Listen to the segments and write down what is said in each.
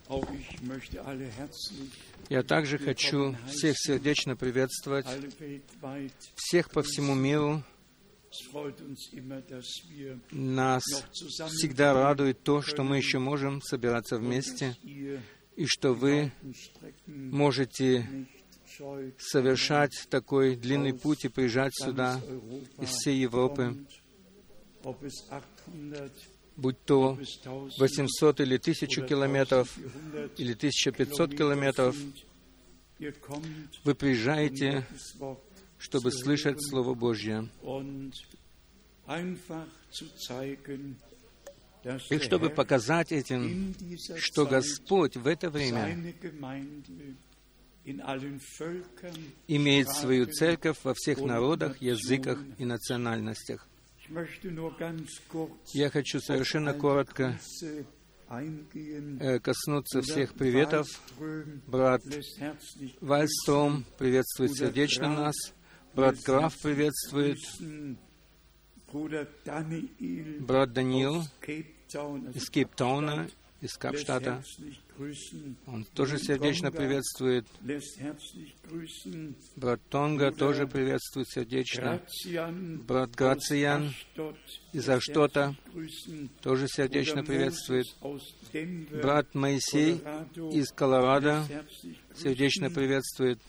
Я также хочу всех сердечно приветствовать, всех по всему миру. Нас всегда радует то, что мы еще можем собираться вместе, и что вы можете совершать такой длинный путь и приезжать сюда из всей Европы, будь то 800 или 1000 километров, или 1500 километров, вы приезжаете, чтобы слышать Слово Божье, и чтобы показать этим, что Господь в это время имеет свою церковь во всех народах, языках и национальностях. Я хочу совершенно коротко коснуться всех приветов. Брат Вальстром приветствует сердечно нас. Брат Граф приветствует. Брат Даниил из Кейптауна, из Капштата. Он тоже сердечно приветствует. Брат Тонга тоже приветствует сердечно. Брат Грациан из Аштота тоже сердечно приветствует. Брат Моисей из Колорадо сердечно приветствует.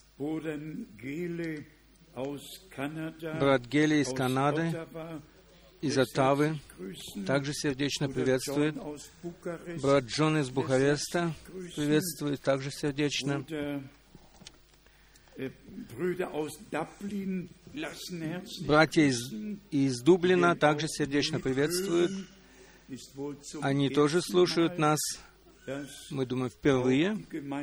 Брат Гели из Канады, из Оттавы, также сердечно приветствует. Брат Джон из Бухареста приветствует также сердечно. Братья из Дублина также сердечно приветствуют. Они тоже слушают нас, мы думаем, впервые.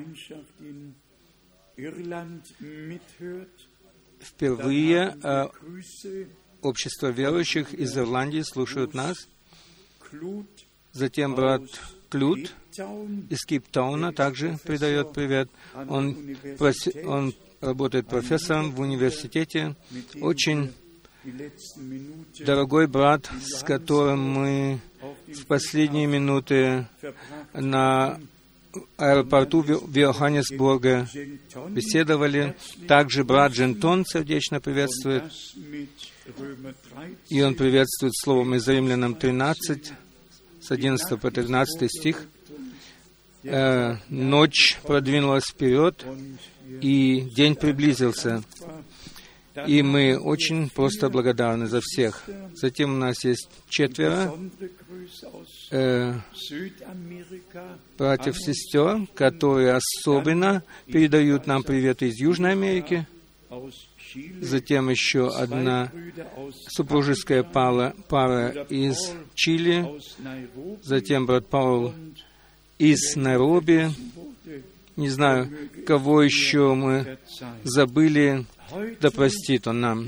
Впервые общество верующих из Ирландии слушают нас. Затем брат Клют из Кейптауна также передает привет. Он работает профессором в университете. Очень дорогой брат, с которым мы в последние минуты на аэропорту в Йоханнесбурге беседовали. Также брат Джентон сердечно приветствует. И он приветствует словом из Римлянам 13, с 11 по 13 стих. Ночь продвинулась вперед, и день приблизился. И мы очень просто благодарны за всех. Затем у нас есть 4 братьев-сестер, которые особенно передают нам приветы из Южной Америки. Затем еще одна супружеская пара из Чили. Затем брат Паул из Найроби. Не знаю, кого еще мы забыли, да простит он нам.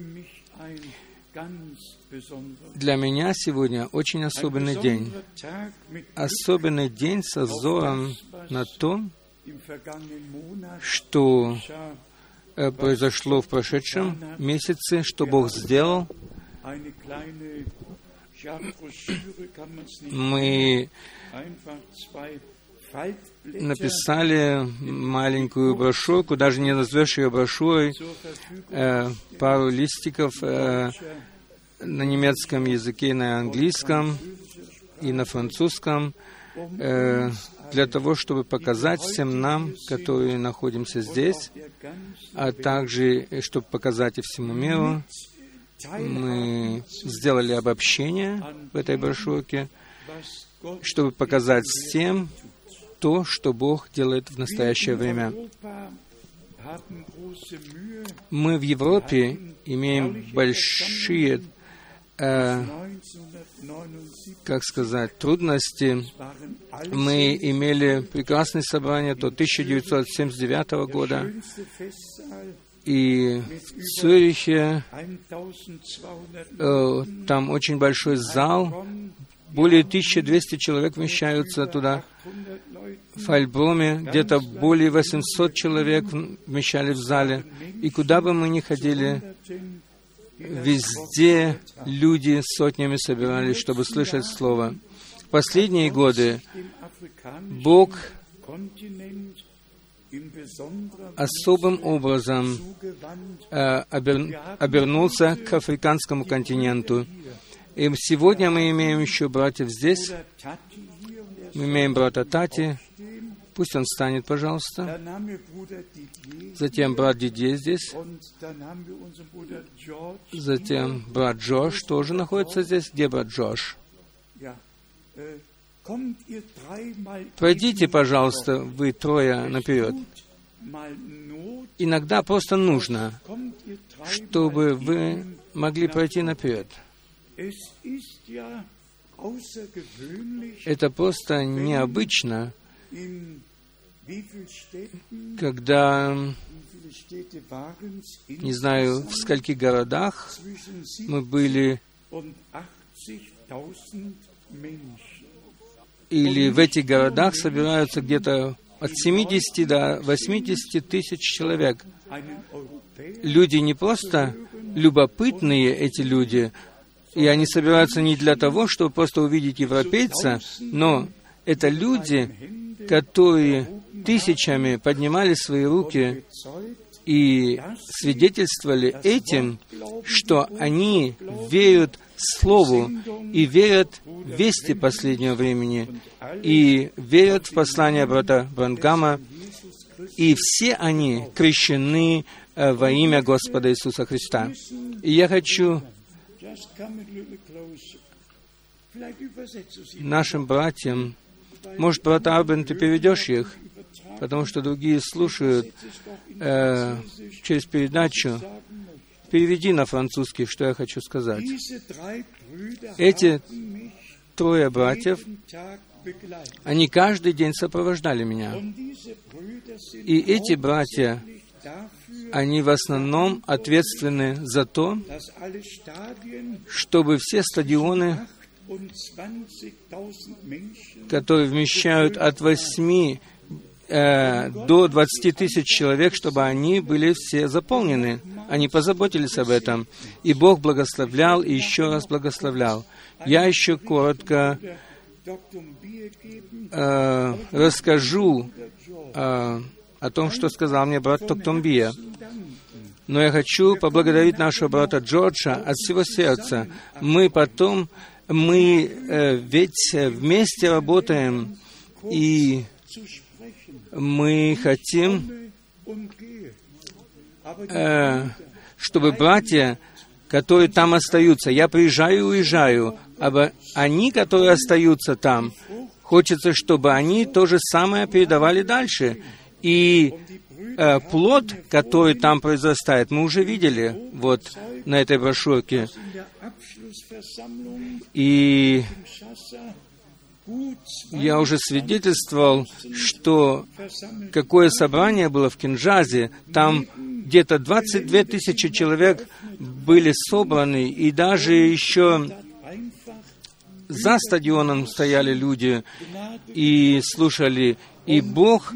Для меня сегодня очень особенный день. Особенный день со взором на то, что произошло в прошедшем месяце, что Бог сделал. Мы написали маленькую брошюрку, даже не назовешь ее брошюрой, пару листиков на немецком языке, и на английском и на французском, для того, чтобы показать всем нам, которые находимся здесь, а также, чтобы показать и всему миру. Мы сделали обобщение в этой брошюрке, чтобы показать всем то, что Бог делает в настоящее время. Мы в Европе имеем большие, трудности. Мы имели прекрасное собрание до 1979 года, и в Цюрихе там очень большой зал, более 1200 человек вмещаются туда. В Альброме где-то более 800 человек вмещали в зале. И куда бы мы ни ходили, везде люди сотнями собирались, чтобы слышать Слово. последние годы Бог особым образом обернулся к африканскому континенту. И сегодня мы имеем еще братьев здесь. Мы имеем брата Тати. Пусть он встанет, пожалуйста. Затем брат Дидье здесь. Затем брат Джош тоже находится здесь. Где брат Джош? Пройдите, пожалуйста, вы трое наперед. Иногда просто нужно, чтобы вы могли пройти наперед. Это просто необычно, когда, не знаю, в скольких городах мы были, или в этих городах собираются где-то от 70 до 80 тысяч человек. Люди не просто любопытные, эти люди, и они собираются не для того, чтобы просто увидеть европейца, но это люди, которые тысячами поднимали свои руки и свидетельствовали этим, что они верят Слову и верят в вести последнего времени, и верят в послание брата Бранхама, и все они крещены во имя Господа Иисуса Христа. И я хочу нашим братьям, может, брат Арбен, ты переведешь их, потому что другие слушают через передачу. Переведи на французский, что я хочу сказать. Эти трое братьев, они каждый день сопровождали меня. И эти братья, они в основном ответственны за то, чтобы все стадионы, которые вмещают от 8 до 20 тысяч человек, чтобы они были все заполнены. Они позаботились об этом. И Бог благословлял, и еще раз благословлял. Я еще коротко расскажу о том, что сказал мне брат Токтомбия. Но я хочу поблагодарить нашего брата Джорджа от всего сердца. Мы ведь вместе работаем, и мы хотим, чтобы братья, которые там остаются, я приезжаю и уезжаю, а они, которые остаются там, хочется, чтобы они то же самое передавали дальше. И плод, который там произрастает, мы уже видели вот на этой брошюрке. И я уже свидетельствовал, что какое собрание было в Киншасе. Там где-то 22 тысячи человек были собраны, и даже еще за стадионом стояли люди и слушали. И Бог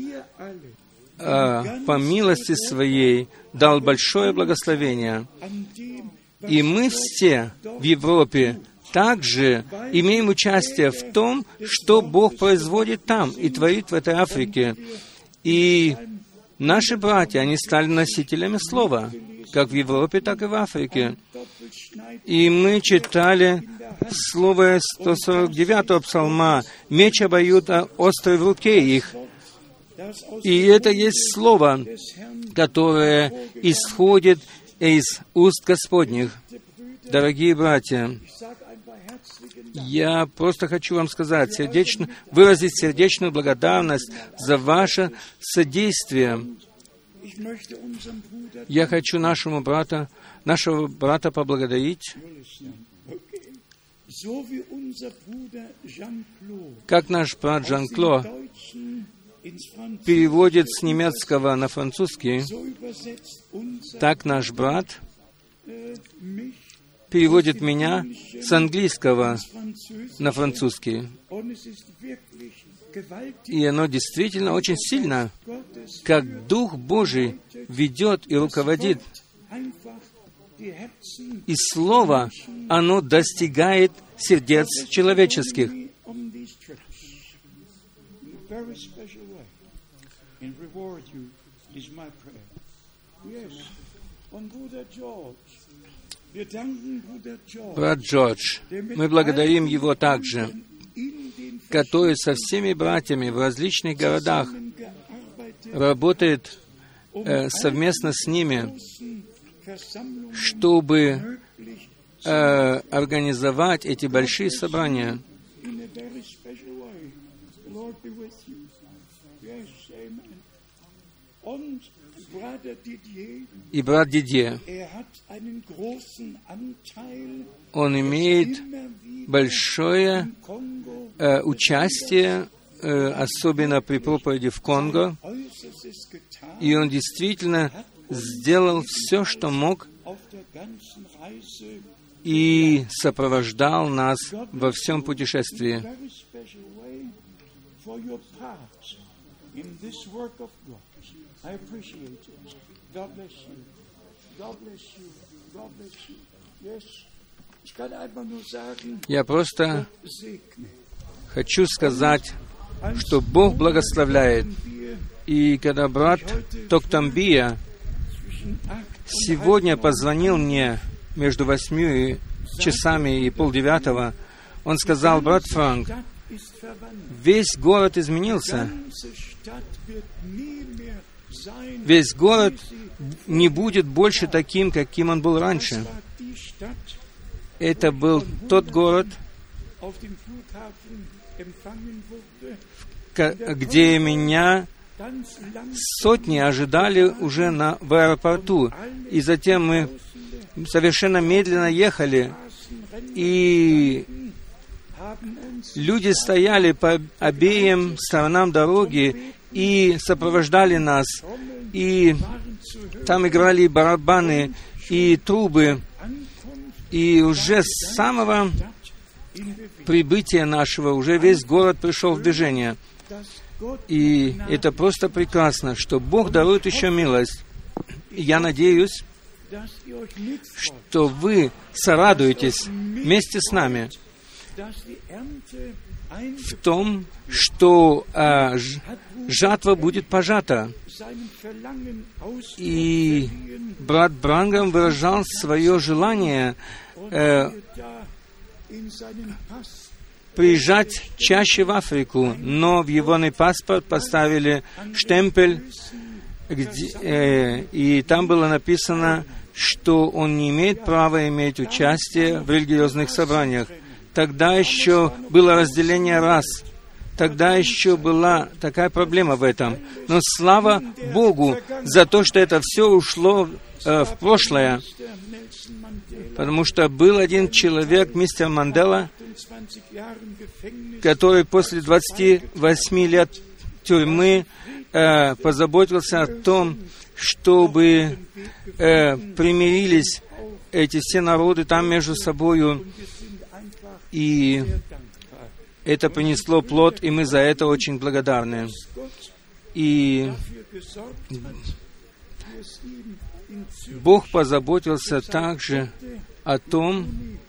по милости Своей дал большое благословение. И мы все в Европе также имеем участие в том, что Бог производит там и творит в этой Африке. И наши братья, они стали носителями Слова, как в Европе, так и в Африке. И мы читали слово 149-го псалма: «Меч обоюда острый в руке их». И это есть слово, которое исходит из уст Господних. Дорогие братья, я просто хочу вам сказать, выразить сердечную благодарность за ваше содействие. Я хочу нашего брата поблагодарить, как наш брат Жан-Кло переводит с немецкого на французский, так наш брат переводит меня с английского на французский. И оно действительно очень сильно, как Дух Божий ведет и руководит. И Слово, оно достигает сердец человеческих. Брат Джордж, мы благодарим его также, который со всеми братьями в различных городах работает совместно с ними, чтобы организовать эти большие собрания. И брат Дидье, он имеет большое участие, особенно при проповеди в Конго, и он действительно сделал все, что мог, и сопровождал нас во всем путешествии. Я просто хочу сказать, что Бог благословляет. И когда брат Токтамбия сегодня позвонил мне между 8 часами и 8:30, он сказал: брат Франк, весь город изменился. Весь город не будет больше таким, каким он был раньше. Это был тот город, где меня сотни ожидали уже в аэропорту. И затем мы совершенно медленно ехали, и люди стояли по обеим сторонам дороги и сопровождали нас. И там играли барабаны и трубы. И уже с самого прибытия нашего уже весь город пришел в движение. И это просто прекрасно, что Бог дарует еще милость. И я надеюсь, что вы сорадуетесь вместе с нами в том, что жатва будет пожата. И брат Брангам выражал свое желание приезжать чаще в Африку, но в его паспорт поставили штемпель, и там было написано, что он не имеет права иметь участие в религиозных собраниях. Тогда еще было разделение рас. Тогда еще была такая проблема в этом. Но слава Богу за то, что это все ушло в прошлое. Потому что был один человек, мистер Мандела, который после 28 лет тюрьмы позаботился о том, чтобы примирились эти все народы там между собою. И это принесло плод, и мы за это очень благодарны. И Бог позаботился также о том,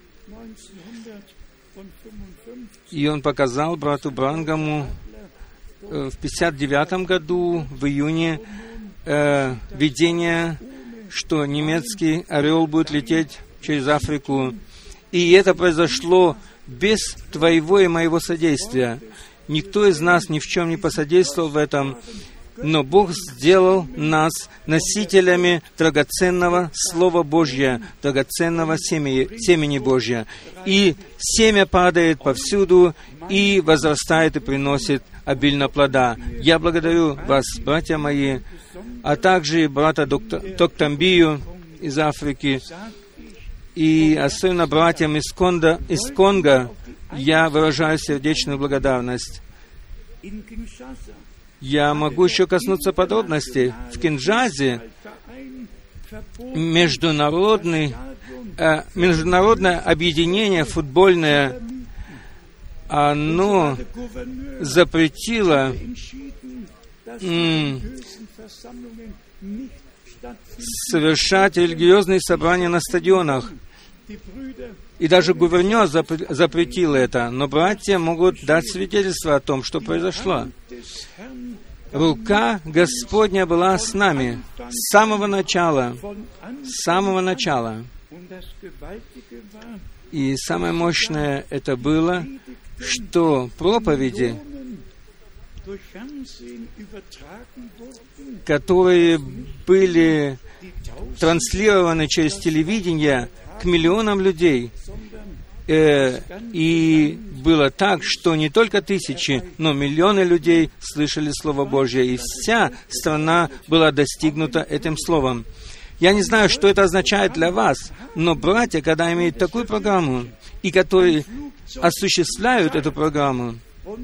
и Он показал брату Брангаму в 1959 году, в июне, видение, что немецкий орел будет лететь через Африку. И это произошло без твоего и моего содействия. Никто из нас ни в чем не посодействовал в этом, но Бог сделал нас носителями драгоценного Слова Божьего, драгоценного семени Божьего. И семя падает повсюду, и возрастает, и приносит обильно плода. Я благодарю вас, братья мои, а также брата Токтамбию из Африки, и особенно братьям из Конго я выражаю сердечную благодарность. Я могу еще коснуться подробностей. В Киншасе международное объединение футбольное, оно запретило совершать религиозные собрания на стадионах. И даже гувернер запретил это, но братья могут дать свидетельство о том, что произошло. Рука Господня была с нами с самого начала. С самого начала. И самое мощное это было, что проповеди, которые были транслированы через телевидение к миллионам людей, и было так, что не только тысячи, но миллионы людей слышали Слово Божье, и вся страна была достигнута этим Словом. Я не знаю, что это означает для вас, но братья, когда имеют такую программу, и которые осуществляют эту программу,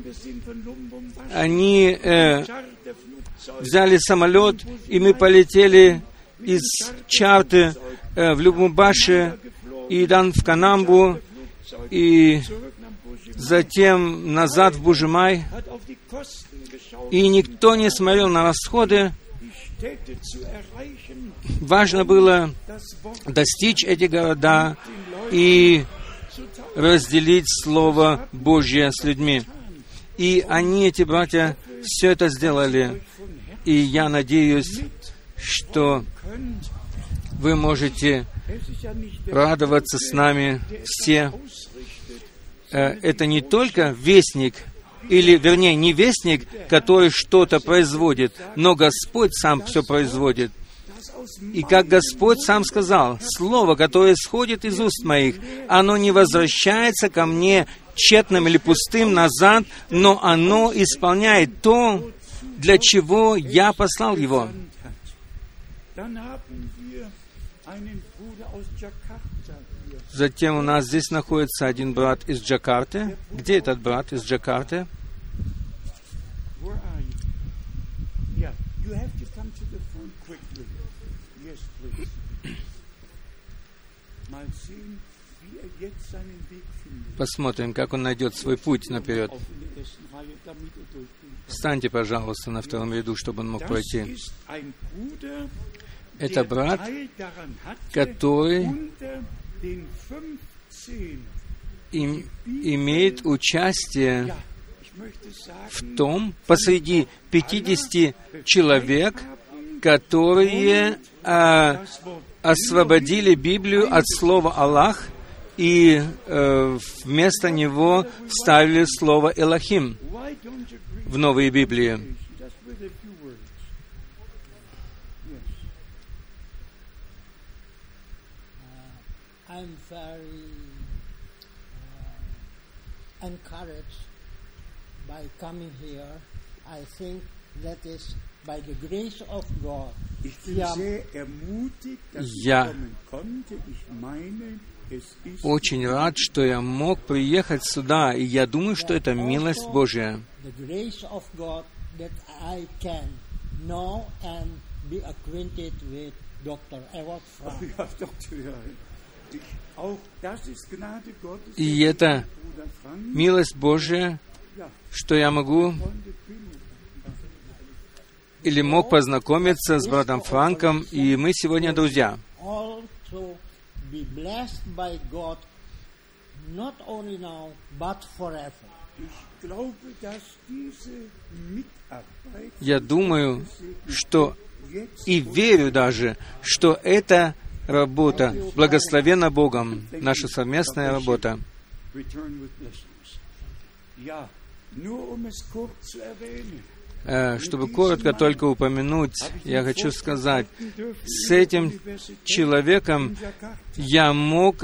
они взяли самолет, и мы полетели из Чарты в Любумбаши, и dann в Канамбу, и затем назад в Бужимай, и никто не смотрел на расходы. Важно было достичь эти города и разделить Слово Божье с людьми. И они, эти братья, все это сделали. И я надеюсь, что вы можете радоваться с нами все. Это не только вестник, или, вернее, не вестник, который что-то производит, но Господь сам все производит. И как Господь сам сказал, «Слово, которое исходит из уст моих, оно не возвращается ко мне тщетным или пустым назад, но оно исполняет то, для чего я послал его». Затем у нас здесь находится один брат из Джакарты. Где этот брат из Джакарты? Посмотрим, как он найдет свой путь наперед. Встаньте, пожалуйста, на втором ряду, чтобы он мог пройти. Это брат, который имеет участие в том, посреди 50 человек, которые освободили Библию от слова «Аллах» и вместо него вставили слово «Элохим» в новые Библии. I'm very encouraged by coming here. I think that is by the grace of God. Ich bin sehr ermutigt, dass ich kommen konnte. Ich meine, es ist очень рад, что я мог приехать сюда, и я думаю, что это милость Божья. The grace of God that I can know and be acquainted with Dr. Ewald Frank. И это милость Божья, что я могу или мог познакомиться с братом Франком, и мы сегодня друзья. Я думаю, что и верю даже, что это работа, благословена Богом, наша совместная работа. Чтобы коротко только упомянуть, я хочу сказать, с этим человеком я мог,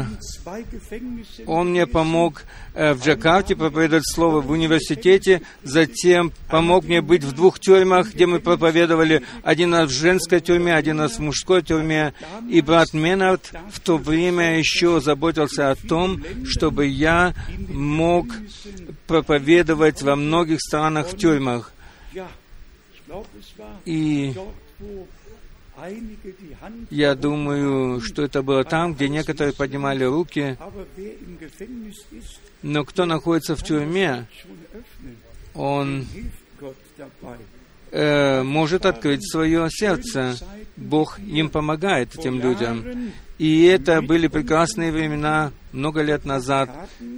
он мне помог в Джакарте проповедовать слово в университете, затем помог мне быть в 2 тюрьмах, где мы проповедовали, один раз в женской тюрьме, один раз в мужской тюрьме, и брат Менард в то время еще заботился о том, чтобы я мог проповедовать во многих странах в тюрьмах. И я думаю, что это было там, где некоторые поднимали руки, но кто находится в тюрьме, он может открыть свое сердце. Бог им помогает, этим людям. И это были прекрасные времена, много лет назад,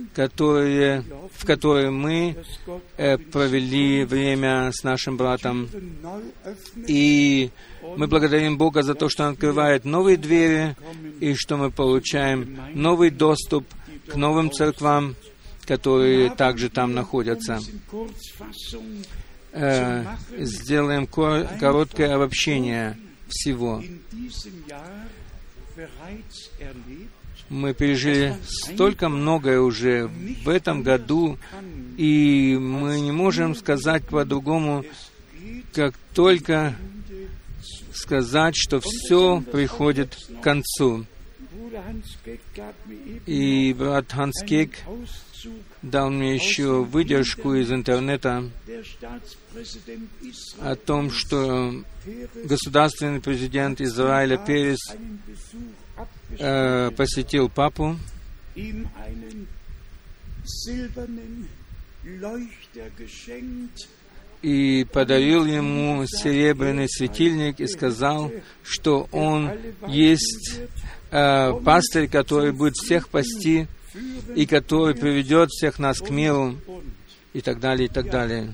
в которые мы провели время с нашим братом. И мы благодарим Бога за то, что Он открывает новые двери, и что мы получаем новый доступ к новым церквам, которые также там находятся. Сделаем короткое обобщение всего. Мы пережили столько многое уже в этом году, и мы не можем сказать по-другому, как только сказать, что все приходит к концу. И брат Ханс Кек дал мне еще выдержку из интернета о том, что государственный президент Израиля Перес посетил папу и подарил ему серебряный светильник и сказал, что он есть пастырь, который будет всех пасти и который приведет всех нас к миру, и так далее, и так далее.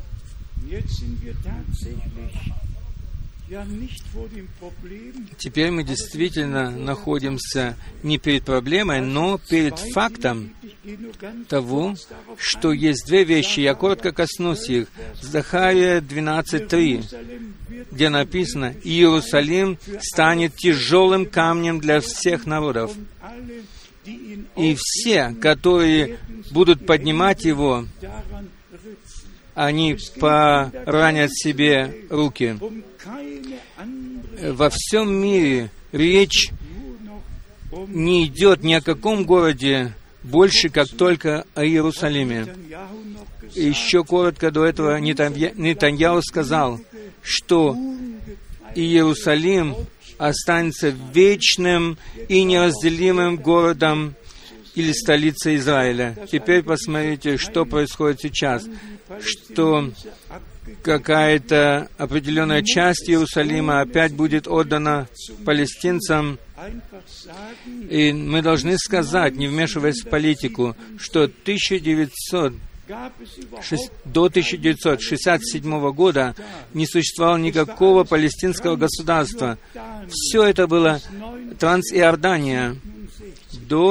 Теперь мы действительно находимся не перед проблемой, но перед фактом того, что есть две вещи. Я коротко коснусь их. Захария 12:3, где написано: «Иерусалим станет тяжелым камнем для всех народов, и все, которые будут поднимать его, они поранят себе руки». Во всем мире речь не идет ни о каком городе больше, как только о Иерусалиме. Еще коротко до этого Нетаньяху сказал, что Иерусалим останется вечным и неразделимым городом или столицей Израиля. Теперь посмотрите, что происходит сейчас, что какая-то определенная часть Иерусалима опять будет отдана палестинцам. И мы должны сказать, не вмешиваясь в политику, что до 1967 года не существовало никакого палестинского государства. Все это было Трансиордания до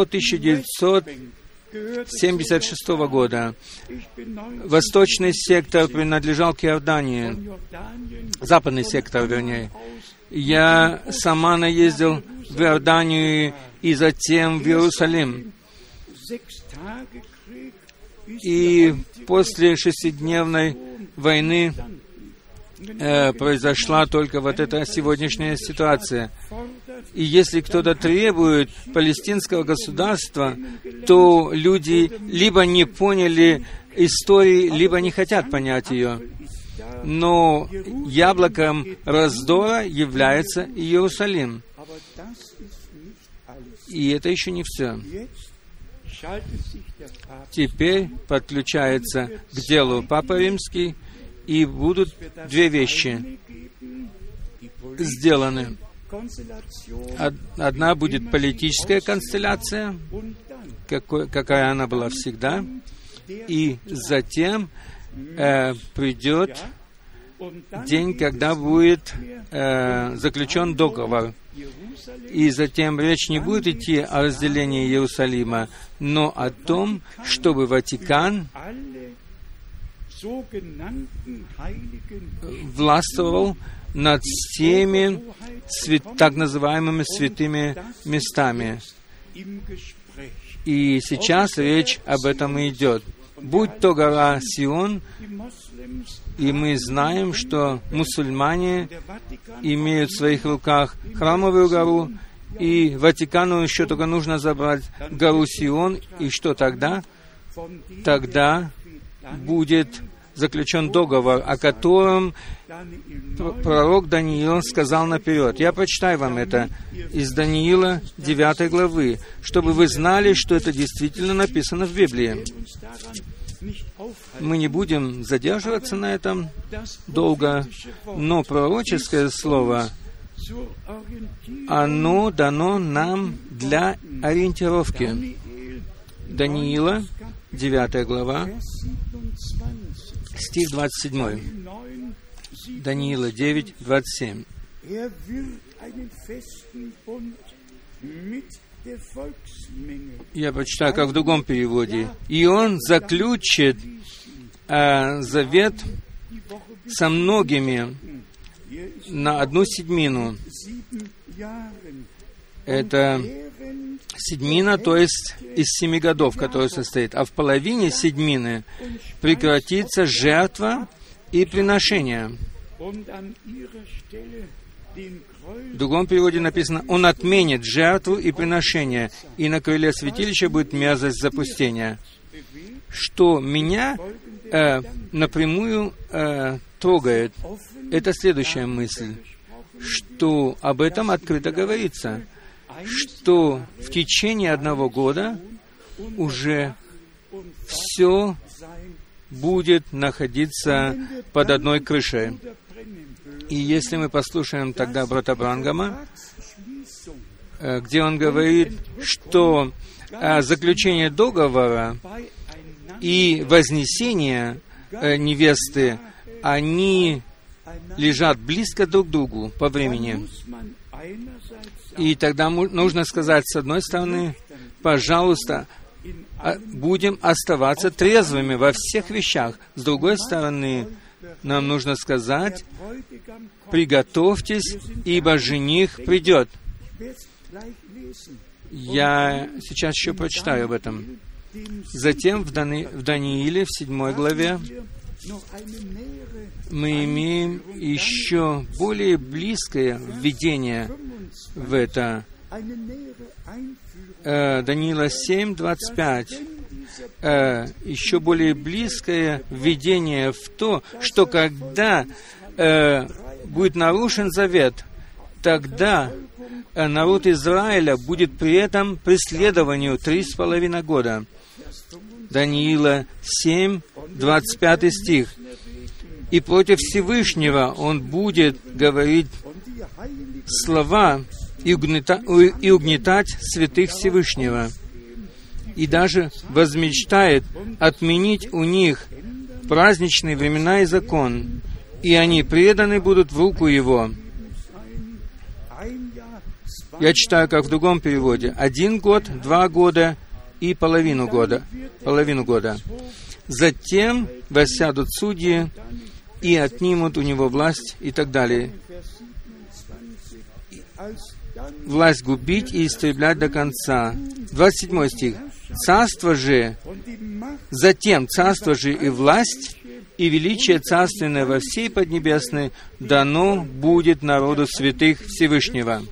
1976 года. Восточный сектор принадлежал к Иордании, западный сектор, вернее. Я сама наездил в Иорданию и затем в Иерусалим. И после шестидневной войны произошла только вот эта сегодняшняя ситуация. И если кто-то требует палестинского государства, то люди либо не поняли истории, либо не хотят понять ее. Но яблоком раздора является Иерусалим. И это еще не все. Теперь подключается к делу Папа Римский, и будут две вещи сделаны. Одна будет политическая констелляция, какая она была всегда, и затем придет день, когда будет заключен договор. И затем речь не будет идти о разделении Иерусалима, но о том, чтобы Ватикан властвовал над всеми так называемыми святыми местами. И сейчас речь об этом и идет. Будь то гора Сион, и мы знаем, что мусульмане имеют в своих руках храмовую гору, и Ватикану еще только нужно забрать гору Сион, и что тогда? Тогда будет заключен договор, о котором пророк Даниил сказал наперед. Я прочитаю вам это из Даниила 9 главы, чтобы вы знали, что это действительно написано в Библии. Мы не будем задерживаться на этом долго, но пророческое слово оно дано нам для ориентировки. Даниила, 9 глава, стих 27. Даниила 9, 27. Я прочитаю, как в другом переводе. «И он заключит завет со многими на 1/7». Это седьмина, то есть из 7 годов, которая состоит. А в половине седьмины прекратится жертва и приношение. В другом переводе написано: «Он отменит жертву и приношение, и на крыле святилища будет мерзость запустения». Что меня напрямую трогает, это следующая мысль, что об этом открыто говорится, что в течение 1 года уже все будет находиться под одной крышей. И если мы послушаем тогда брата Бранхама, где он говорит, что заключение договора и вознесение невесты, они лежат близко друг к другу по времени. И тогда нужно сказать, с одной стороны, пожалуйста, будем оставаться трезвыми во всех вещах. С другой стороны, нам нужно сказать, приготовьтесь, ибо жених придет. Я сейчас еще прочитаю об этом. Затем в Данииле, в 7 главе, мы имеем еще более близкое введение в это. Даниила 7, 25. Еще более близкое введение в то, что когда будет нарушен завет, тогда народ Израиля будет при этом преследованию 3,5 года. Даниила 7, 25 стих. «И против Всевышнего он будет говорить слова и угнетать святых Всевышнего, и даже возмечтает отменить у них праздничные времена и закон, и они преданы будут в руку его». Я читаю, как в другом переводе. 1 год, 2 года и половину года. Затем воссядут судьи и отнимут у него власть и так далее. Власть губить и истреблять до конца. 27 стих. Затем царство же и власть, и величие царственное во всей Поднебесной дано будет народу святых Всевышнего.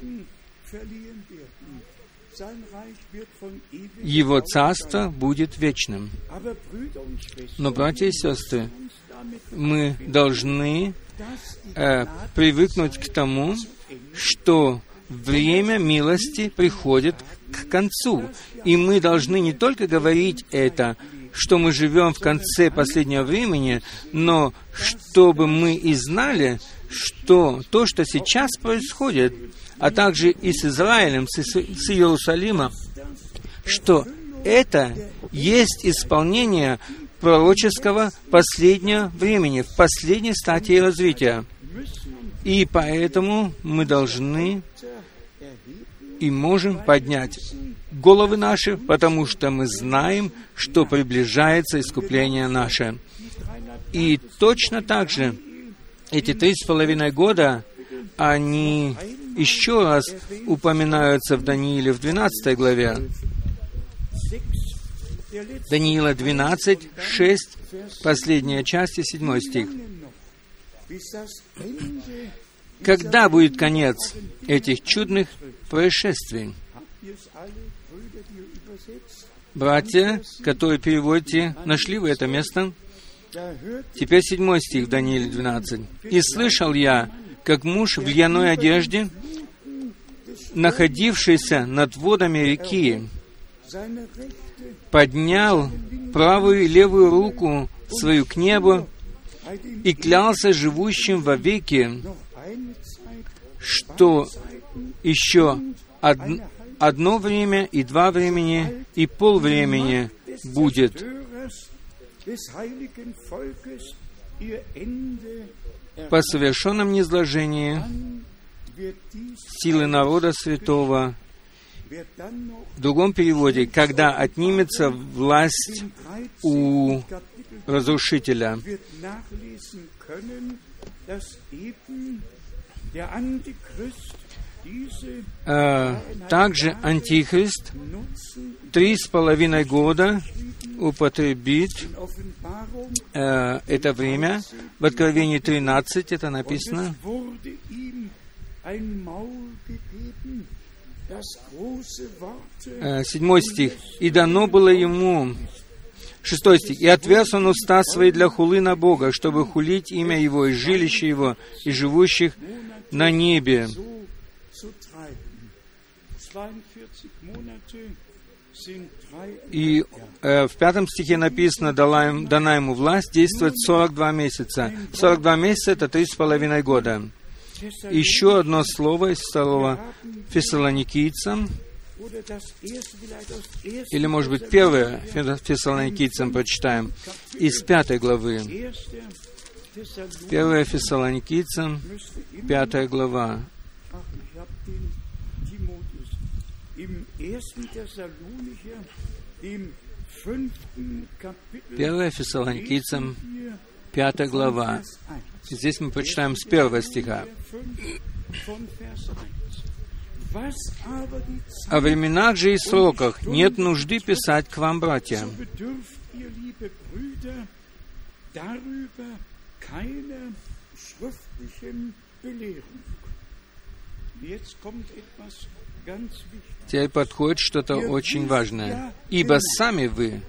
Его царство будет вечным. Но, братья и сестры, мы должны привыкнуть к тому, что время милости приходит к концу. И мы должны не только говорить это, что мы живем в конце последнего времени, но чтобы мы и знали, что то, что сейчас происходит, а также и с Израилем, с Иерусалимом, что это есть исполнение пророческого последнего времени, в последней стадии развития. И поэтому мы должны и можем поднять головы наши, потому что мы знаем, что приближается искупление наше. И точно так же эти 3,5 года, они еще раз упоминаются в Данииле в 12 главе. Даниила 12, 6, последняя часть и 7 стих. Когда будет конец этих чудных происшествий? Братья, которые переводите, нашли вы это место? Теперь 7 стих в Данииле 12. «И слышал я, как муж в льняной одежде, находившийся над водами реки, поднял правую и левую руку свою к небу и клялся живущим вовеки, что еще одно время, и два времени, и полвремени будет. По совершенном низложении силы народа святого, в другом переводе, когда отнимется власть у разрушителя. Также Антихрист 3,5 года употребит это время. В Откровении 13 это написано. 7 стих. «И дано было ему...» 6 стих. «И отверз он уста свои для хулы на Бога, чтобы хулить имя Его и жилище Его, и живущих на небе». И в 5 стихе написано, дана ему власть действовать 42 месяца. 42 месяца — это 3,5 года. Еще одно слово из 2 Фессалоникийцам, или, может быть, 1 Фессалоникийцам прочитаем, из 5 главы. 1 Фессалоникийцам, 5 глава. 1 Фессалоникийцам, 5 глава. Здесь мы прочитаем с 1 стиха. «О временах же и сроках нет нужды писать к вам, братья, теперь подходит что-то очень важное. Ибо сами вы...»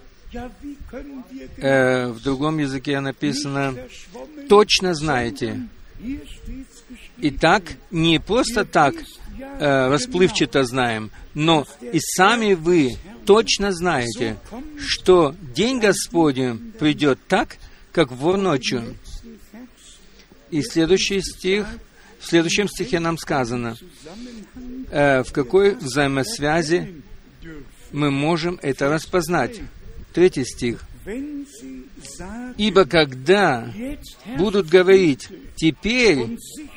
В другом языке написано «точно знаете». Итак, не просто так расплывчато знаем, но и сами вы точно знаете, что день Господень придет так, как вор ночью. И следующий стих, в следующем стихе нам сказано, в какой взаимосвязи мы можем это распознать. 3 стих. «Ибо когда будут говорить, теперь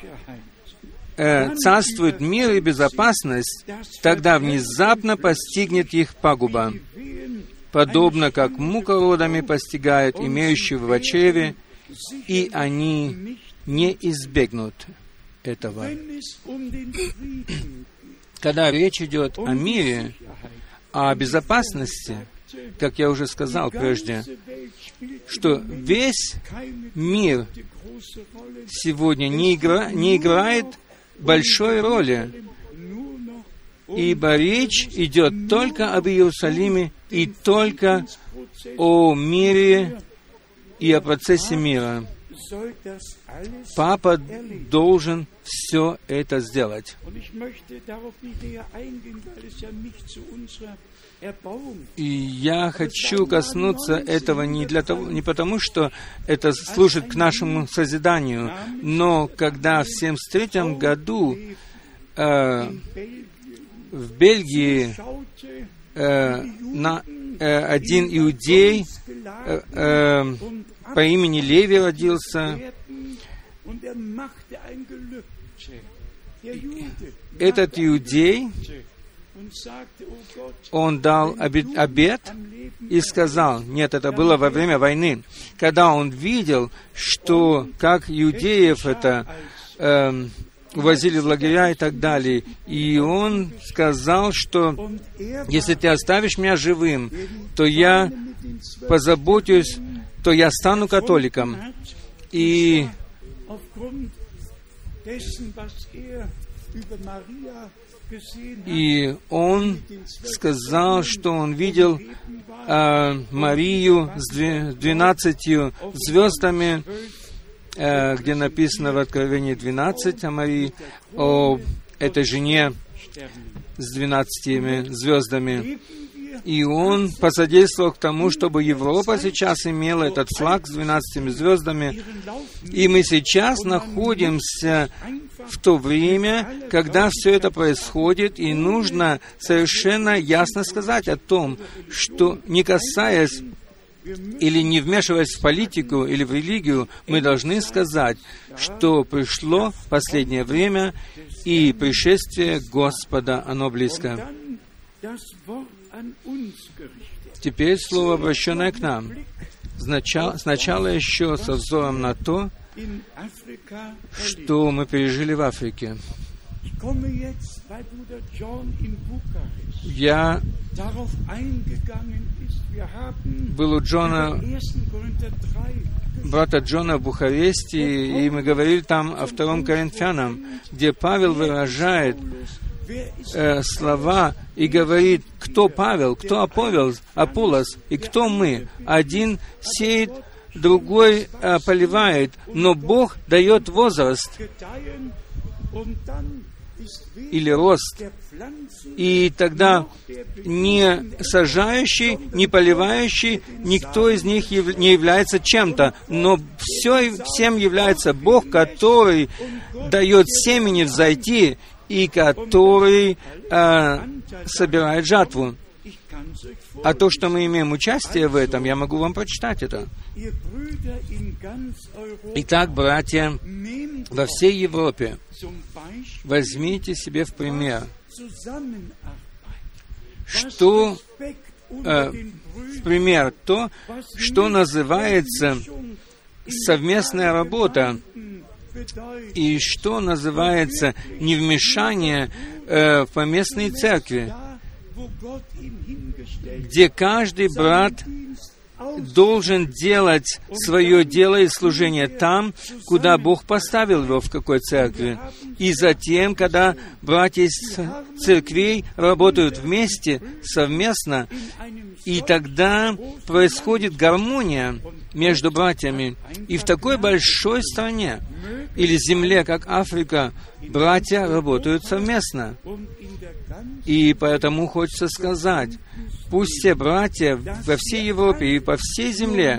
царствует мир и безопасность, тогда внезапно постигнет их пагуба, подобно как мука родами постигает имеющего в чреве, и они не избегнут этого». Когда речь идет о мире, о безопасности, как я уже сказал прежде, что весь мир сегодня не играет большой роли, ибо речь идет только об Иерусалиме и только о мире и о процессе мира. Папа должен все это сделать. И я хочу коснуться этого не потому, что это служит к нашему созиданию, но когда в 1973 году в Бельгии один иудей по имени Леви родился, этот иудей, он дал обет и сказал, нет, это было во время войны, когда он видел, что как иудеев это увозили в лагеря и так далее, и он сказал, что если ты оставишь меня живым, то я позабочусь, то я стану католиком. И он сказал, что он видел Марию с 12 звездами, где написано в Откровении 12 о Марии, о этой жене с 12 звездами. И он посодействовал к тому, чтобы Европа сейчас имела этот флаг с 12 звездами. И мы сейчас находимся в то время, когда все это происходит, и нужно совершенно ясно сказать о том, что, не касаясь или не вмешиваясь в политику или в религию, мы должны сказать, что пришло последнее время, и пришествие Господа, оно близко. Теперь слово, обращенное к нам. Сначала еще со взором на то, что мы пережили в Африке. Я был у брата Джона в Бухаресте, и мы говорили там о 2 Коринфянам, где Павел выражает слова и говорит, кто Павел, кто Аполлос, и кто мы. Один сеет, другой поливает, но Бог дает возраст или рост. И тогда не сажающий, не поливающий, никто из них не является чем-то, но всем является Бог, который дает семени взойти и который собирает жатву. А то, что мы имеем участие в этом, я могу вам прочитать это. Итак, братья, во всей Европе, возьмите себе в пример, что в пример то, что называется совместная работа, и что называется невмешание в поместные церкви, где каждый брат должен делать свое дело и служение там, куда Бог поставил его, в какой церкви. И затем, когда братья из церквей работают вместе, совместно, и тогда происходит гармония между братьями. И в такой большой стране или земле, как Африка, братья работают совместно. И поэтому хочется сказать, пусть все братья во всей Европе и по всей земле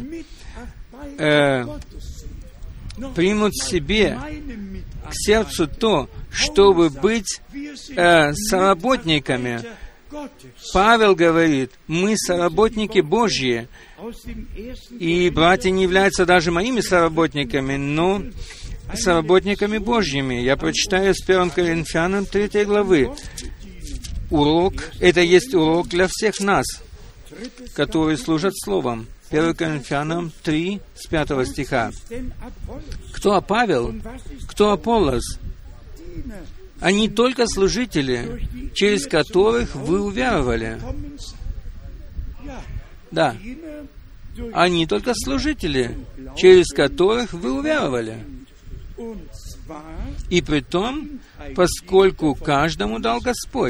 примут себе к сердцу то, чтобы быть соработниками. Павел говорит, мы соработники Божьи, и братья не являются даже моими соработниками, но соработниками Божьими. Я прочитаю с 1 Коринфянам 3 главы. Урок, это есть урок для всех нас, которые служат Словом. 1 Коринфянам 3, с 5 стиха. Кто Павел, кто Аполлос? Они только служители, через которых вы уверовали. Да, они только служители, через которых вы уверовали. И при том, поскольку каждому дал Господь.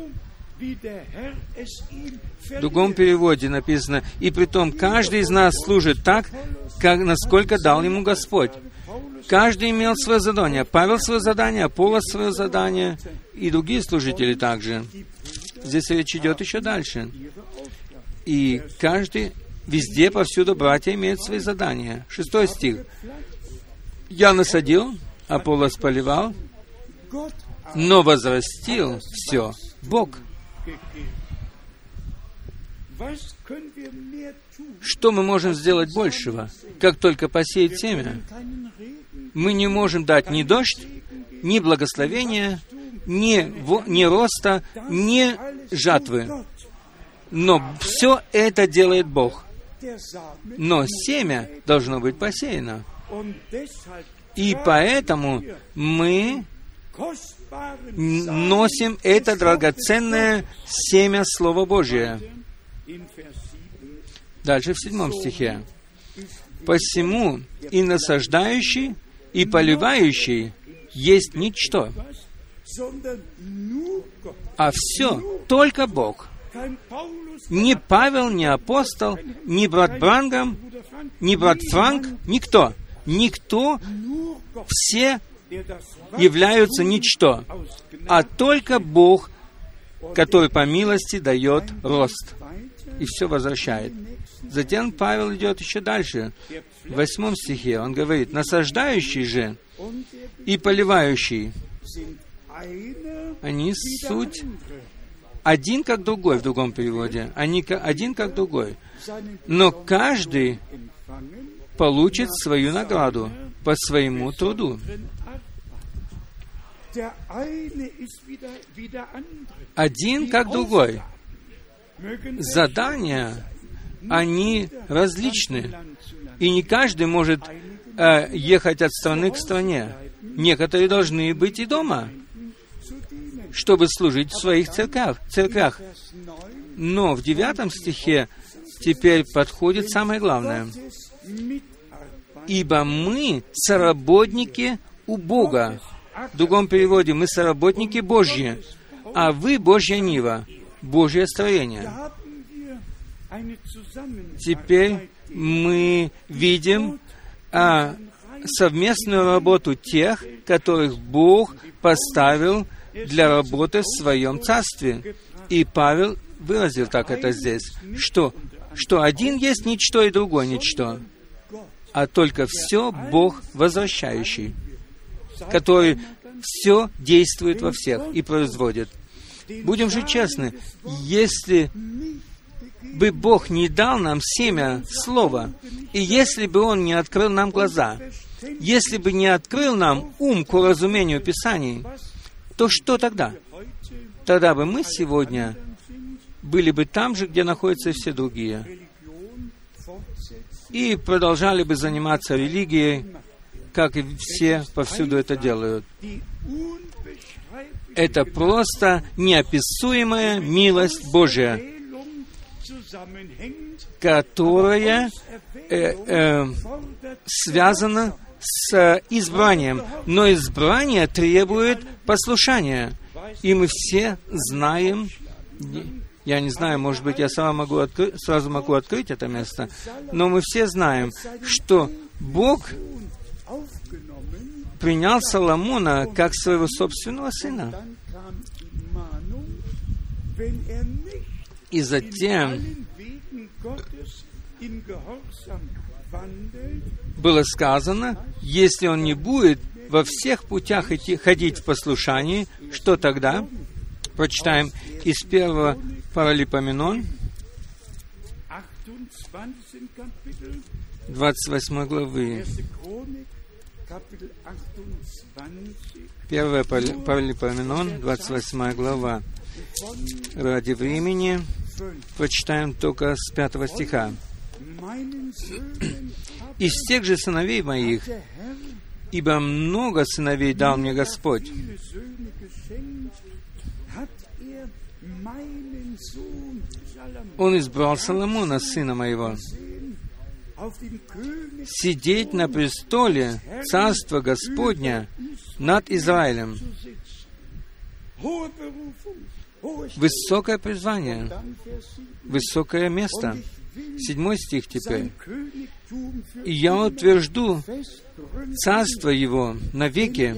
В другом переводе написано, и при том, каждый из нас служит так, насколько дал ему Господь. Каждый имел свое задание. Павел свое задание, Аполлос свое задание, и другие служители также. Здесь речь идет еще дальше. И каждый, везде, повсюду братья имеют свои задания. 6 стих. «Я насадил, Аполлос поливал, но возрастил все Бог». Что мы можем сделать большего, как только посеять семя? Мы не можем дать ни дождь, ни благословения, ни роста, ни жатвы. Но все это делает Бог. Но семя должно быть посеяно. И поэтому мы носим это драгоценное семя Слова Божия. Дальше в 7 стихе. «Посему и насаждающий, и поливающий есть ничто, а все только Бог. Ни Павел, ни апостол, ни брат Брангам, ни брат Франк, никто. Никто, все являются ничто, а только Бог, который по милости дает рост и все возвращает». Затем Павел идет еще дальше. В 8 стихе он говорит: «Насаждающий же и поливающий, они суть один как другой», в другом переводе. Они один как другой. Но каждый получит свою награду по своему труду. Один как другой. Задания, они различны. И не каждый может ехать от страны к стране. Некоторые должны быть и дома, чтобы служить в своих церквях. Но в 9 стихе теперь подходит самое главное. «Ибо мы соработники у Бога». В другом переводе: «Мы соработники Божьи, а вы Божья нива, Божье строение». Теперь мы видим совместную работу тех, которых Бог поставил для работы в Своем Царстве. И Павел выразил так это здесь, что один есть ничто и другой ничто, а только все Бог возвращающий, который все действует во всех и производит. Будем же честны, если бы Бог не дал нам семя Слова, и если бы Он не открыл нам глаза, если бы не открыл нам ум к уразумению Писаний, то что тогда? Тогда бы мы сегодня были бы там же, где находятся все другие, и продолжали бы заниматься религией, как и все повсюду это делают. Это просто неописуемая милость Божия, которая связана с избранием. Но избрание требует послушания. И мы все знаем, я не знаю, может быть, я сразу могу открыть это место, но мы все знаем, что Бог принял Соломона как своего собственного сына. И затем было сказано, если он не будет во всех путях ходить в послушании, что тогда? Прочитаем из 1 Паралипоменон, 28 главы. 1 Паралипоменон, 28 глава. Ради времени прочитаем только с 5 стиха. «Из тех же сыновей моих, ибо много сыновей дал мне Господь, Он избрал Соломона, сына моего, сидеть на престоле Царства Господня над Израилем». Высокое призвание, высокое место. 7 стих теперь. «И я утвержду царство его навеки,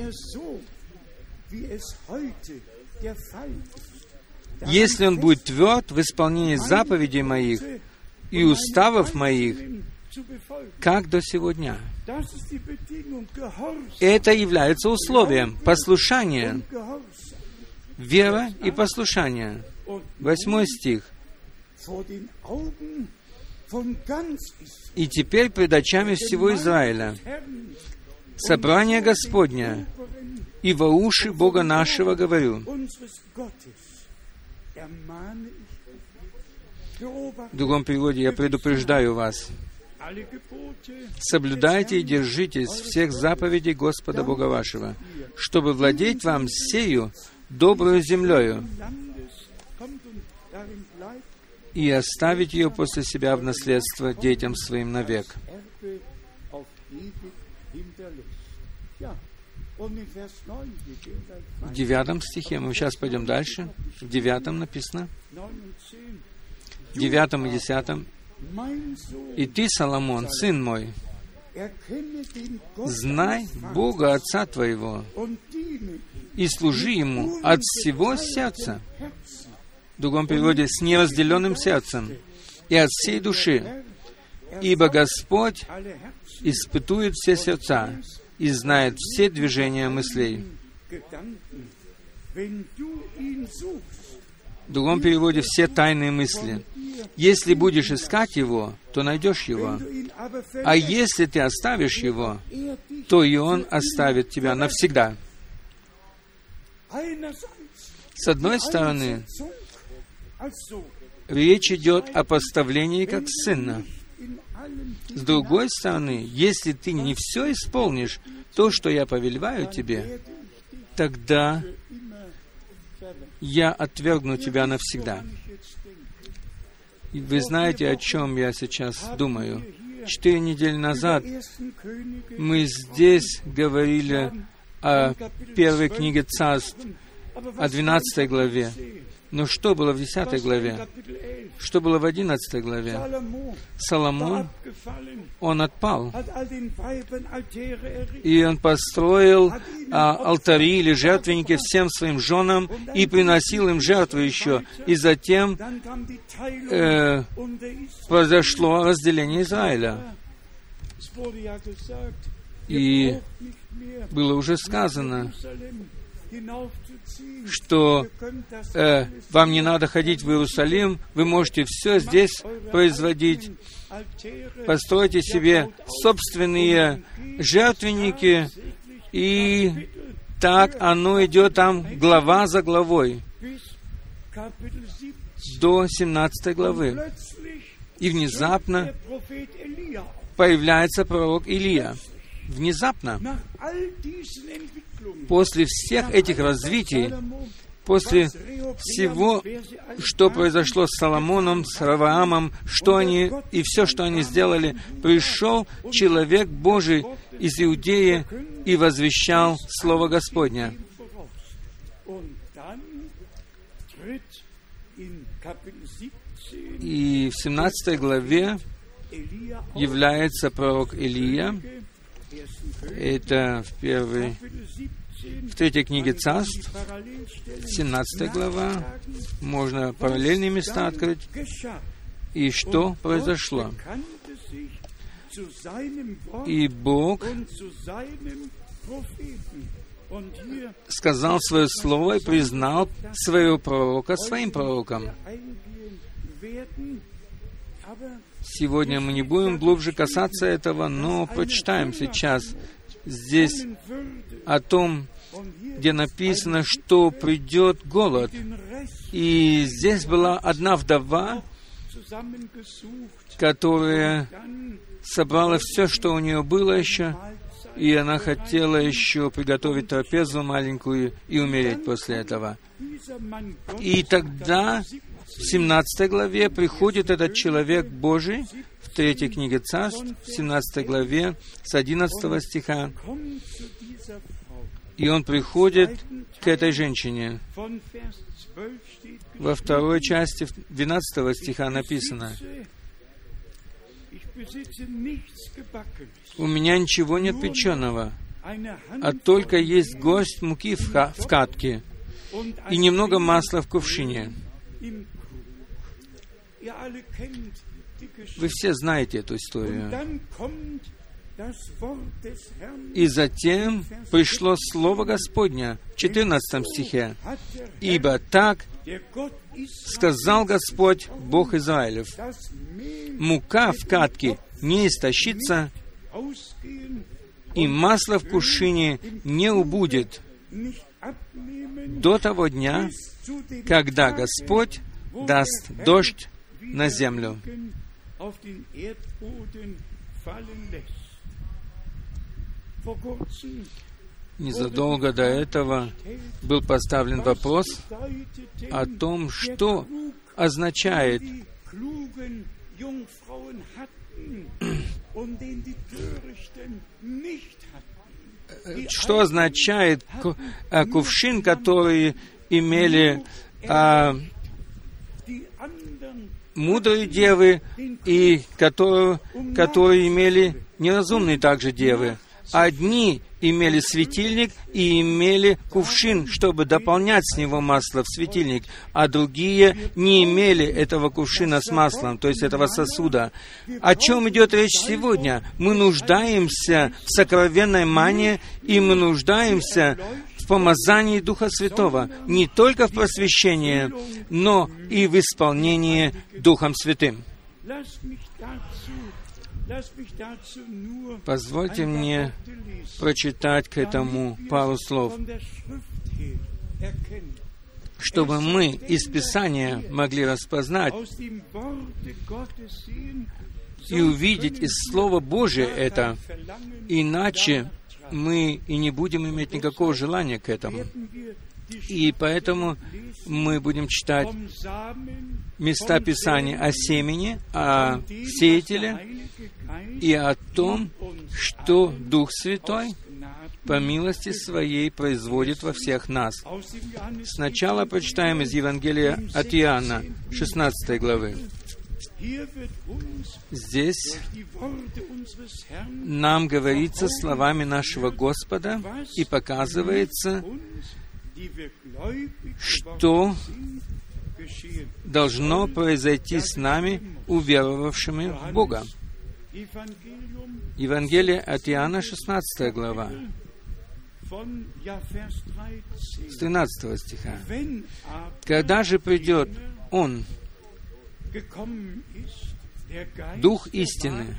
если он будет тверд в исполнении заповедей моих и уставов моих, как до сего дня». Это является условием послушания. Вера и послушание. 8 стих. «И теперь пред очами всего Израиля собрание Господня, и во уши Бога нашего говорю». В другом переводе: «Я предупреждаю вас, соблюдайте и держитесь всех заповедей Господа Бога вашего, чтобы владеть вам сею добрую землею и оставить ее после себя в наследство детям своим навек». В 9 стихе, мы сейчас пойдем дальше, в 9 написано, в 9 и 10: «И ты, Соломон, сын мой, знай Бога Отца твоего и служи Ему от всего сердца». В другом переводе: «с неразделенным сердцем и от всей души, Ибо Господь испытует все сердца и знает все движения мыслей. В другом переводе «все тайные мысли». Если будешь искать Его, то найдешь Его. А если ты оставишь Его, то и Он оставит тебя навсегда. С одной стороны, речь идет о поставлении как сына. С другой стороны, если ты не все исполнишь, то, что я повелеваю тебе, тогда я отвергну тебя навсегда. И вы знаете, о чем я сейчас думаю. 4 недели назад мы здесь говорили о первой книге Царств, о 12 главе. Но что было в 10 главе? Что было в 11 главе? Соломон, он отпал. И он построил алтари или жертвенники всем своим женам и приносил им жертвы еще. И затем произошло разделение Израиля. И было уже сказано, что вам не надо ходить в Иерусалим, вы можете все здесь производить. Постройте себе собственные жертвенники, и так оно идет там глава за главой до 17 главы. И внезапно появляется пророк Илия. Внезапно. После всех этих развитий, после всего, что произошло с Соломоном, с Раваамом, и все, что они сделали, пришел человек Божий из Иудеи и возвещал Слово Господне. И в 17 главе является пророк Илия. Это в 3 книге Царств, 17 глава. Можно параллельные места открыть. И что произошло? И Бог сказал свое слово и признал своего пророка своим пророком. Сегодня мы не будем глубже касаться этого, но прочитаем сейчас здесь о том, где написано, что придет голод. И здесь была одна вдова, которая собрала все, что у нее было еще, и она хотела еще приготовить трапезу маленькую и умереть после этого. И тогда в 17 главе приходит этот человек Божий, в 3 книге Царств, в 17 главе, с 11 стиха, и он приходит к этой женщине. Во второй части 12 стиха написано: «У меня ничего нет печеного, а только есть горсть муки в катке и немного масла в кувшине». Вы все знаете эту историю. И затем пришло Слово Господне в 14 стихе. «Ибо так сказал Господь, Бог Израилев, мука в катке не истощится, и масло в кувшине не убудет до того дня, когда Господь даст дождь на землю». Незадолго до этого был поставлен вопрос о том, что означает кувшин, который имели мудрые девы и которые имели неразумные также девы. Одни имели светильник и имели кувшин, чтобы дополнять с него масло в светильник, а другие не имели этого кувшина с маслом, то есть этого сосуда. О чем идет речь сегодня? Мы нуждаемся в сокровенной мане, и мы нуждаемся в помазании Духа Святого, не только в просвещении, но и в исполнении Духом Святым. Позвольте мне прочитать к этому пару слов, чтобы мы из Писания могли распознать и увидеть из Слова Божия это, иначе мы и не будем иметь никакого желания к этому. И поэтому мы будем читать места Писания о семени, о сеятеле и о том, что Дух Святой по милости Своей производит во всех нас. Сначала прочитаем из Евангелия от Иоанна, 16 главы. Здесь нам говорится словами нашего Господа и показывается, что должно произойти с нами, уверовавшими в Бога. Евангелие от Иоанна, 16 глава, с 13 стиха. «Когда же придет Он, Дух истины,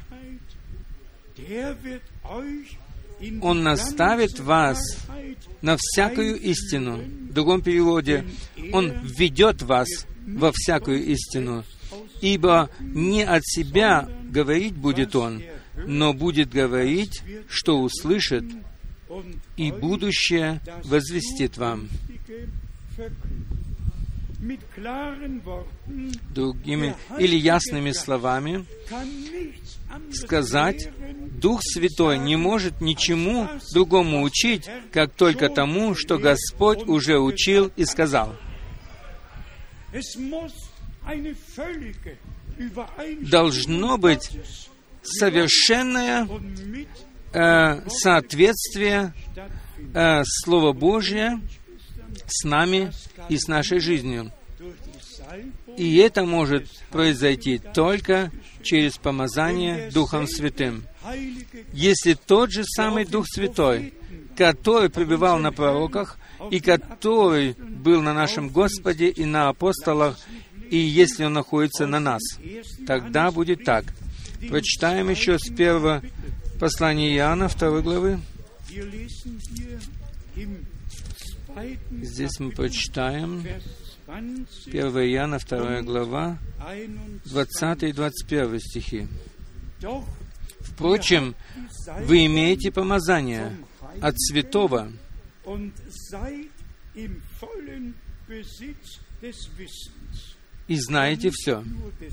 Он наставит вас на всякую истину». В другом переводе, Он введет вас во всякую истину. «Ибо не от себя говорить будет Он, но будет говорить, что услышит, и будущее возвестит вам». Другими или ясными словами сказать, Дух Святой не может ничему другому учить, как только тому, что Господь уже учил и сказал. Должно быть совершенное соответствие Слова Божия с нами и с нашей жизнью. И это может произойти только через помазание Духом Святым. Если тот же самый Дух Святой, который пребывал на пророках, и который был на нашем Господе и на апостолах, и если Он находится на нас, тогда будет так. Прочитаем еще с первого послания Иоанна, 2 главы. Здесь мы прочитаем 1 Иоанна, 2 глава, 20 и 21 стихи. «Впрочем, вы имеете помазание от святого, и знаете все».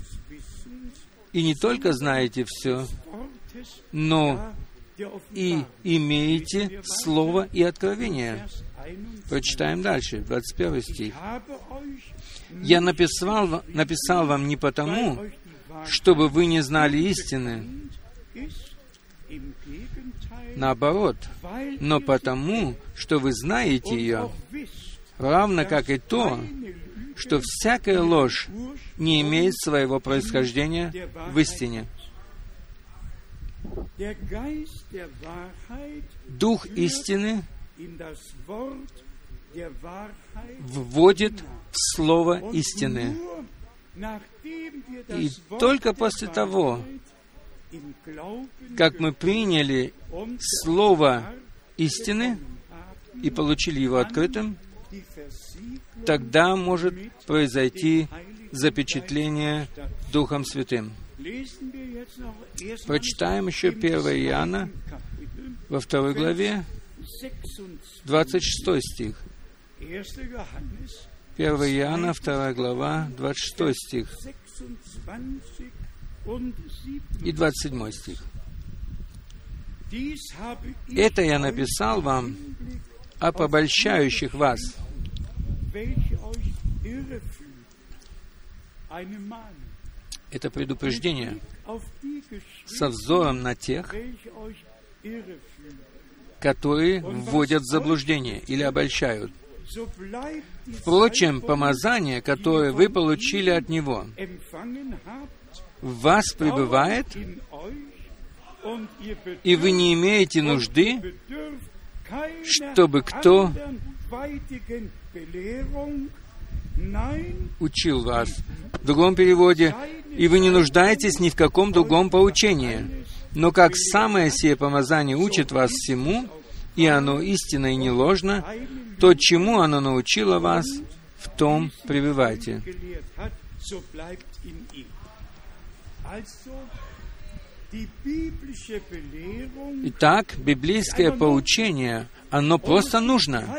И не только знаете все, но и имеете слово и откровение. Прочитаем дальше, 21 стих. «Я написал вам не потому, чтобы вы не знали истины, наоборот, но потому, что вы знаете ее, равно как и то, что всякая ложь не имеет своего происхождения в истине». Дух истины вводит в слово истины. И только после того, как мы приняли слово истины и получили его открытым, тогда может произойти запечатление Духом Святым. Прочитаем еще 1 Иоанна во 2 главе, 26 стих. 1 Иоанна, 2 глава, 26 стих и 27 стих. «Это я написал вам об обольщающих вас». Это предупреждение со взором на тех, которые вводят в заблуждение или обольщают. Впрочем, помазание, которое вы получили от Него, в вас пребывает, и вы не имеете нужды, чтобы кто учил вас. В другом переводе, и вы не нуждаетесь ни в каком другом поучении. Но как самое сие помазание учит вас всему, и оно истинно и не ложно, то, чему оно научило вас, в том пребывайте. Итак, библейское поучение, оно просто нужно.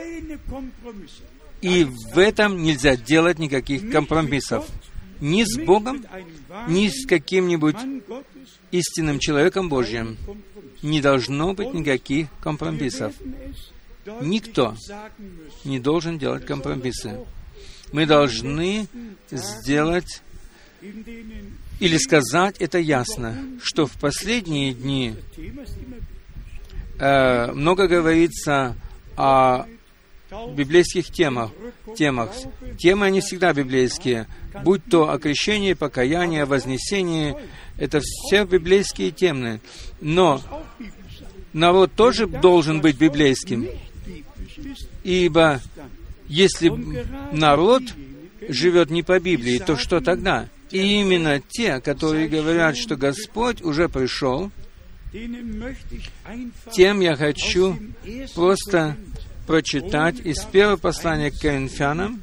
И в этом нельзя делать никаких компромиссов. Ни с Богом, ни с каким-нибудь истинным человеком Божьим. Не должно быть никаких компромиссов. Никто не должен делать компромиссы. Мы должны сделать или сказать это ясно, что в последние дни много говорится о библейских темах. Темы, они всегда библейские. Будь то окрещение, покаяние, вознесение, это все библейские темы. Но народ тоже должен быть библейским. Ибо если народ живет не по Библии, то что тогда? И именно те, которые говорят, что Господь уже пришел, тем я хочу просто прочитать из первого послания к Коринфянам,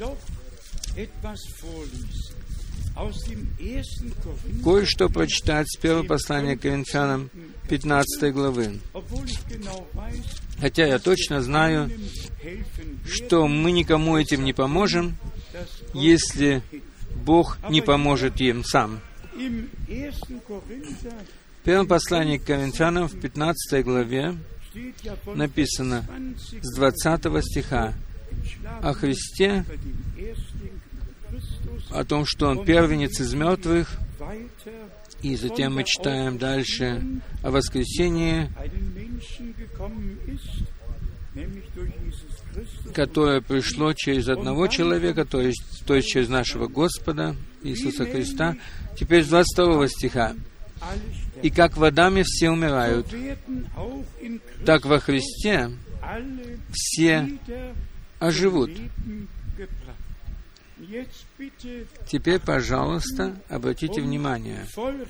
кое-что прочитать с первого послания к Коринфянам 15 главы. Хотя я точно знаю, что мы никому этим не поможем, если Бог не поможет им сам. В первом послании к Коринфянам в 15 главе написано с 20 стиха о Христе, о том, что Он первенец из мертвых, и затем мы читаем дальше о воскресении, которое пришло через одного человека, то есть через нашего Господа Иисуса Христа. Теперь с 22 стиха. «И как в Адаме все умирают, так во Христе все оживут». Теперь, пожалуйста, обратите внимание.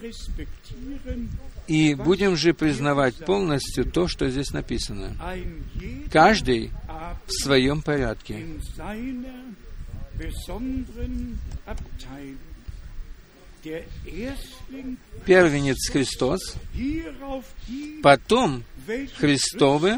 И будем же признавать полностью то, что здесь написано. Каждый в своем порядке. Первенец Христос, потом Христовы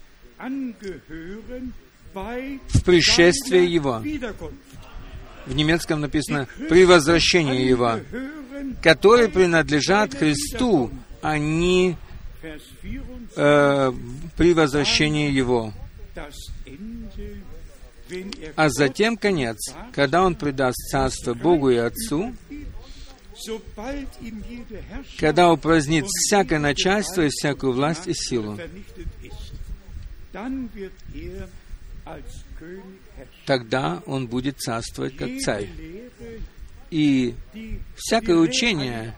в пришествии Его. В немецком написано «при возвращении Его», которые принадлежат Христу, а не при возвращении Его. А затем конец, когда Он предаст царство Богу и Отцу, когда упразднит всякое начальство и всякую власть и силу. Тогда Он будет царствовать как царь. И всякое учение,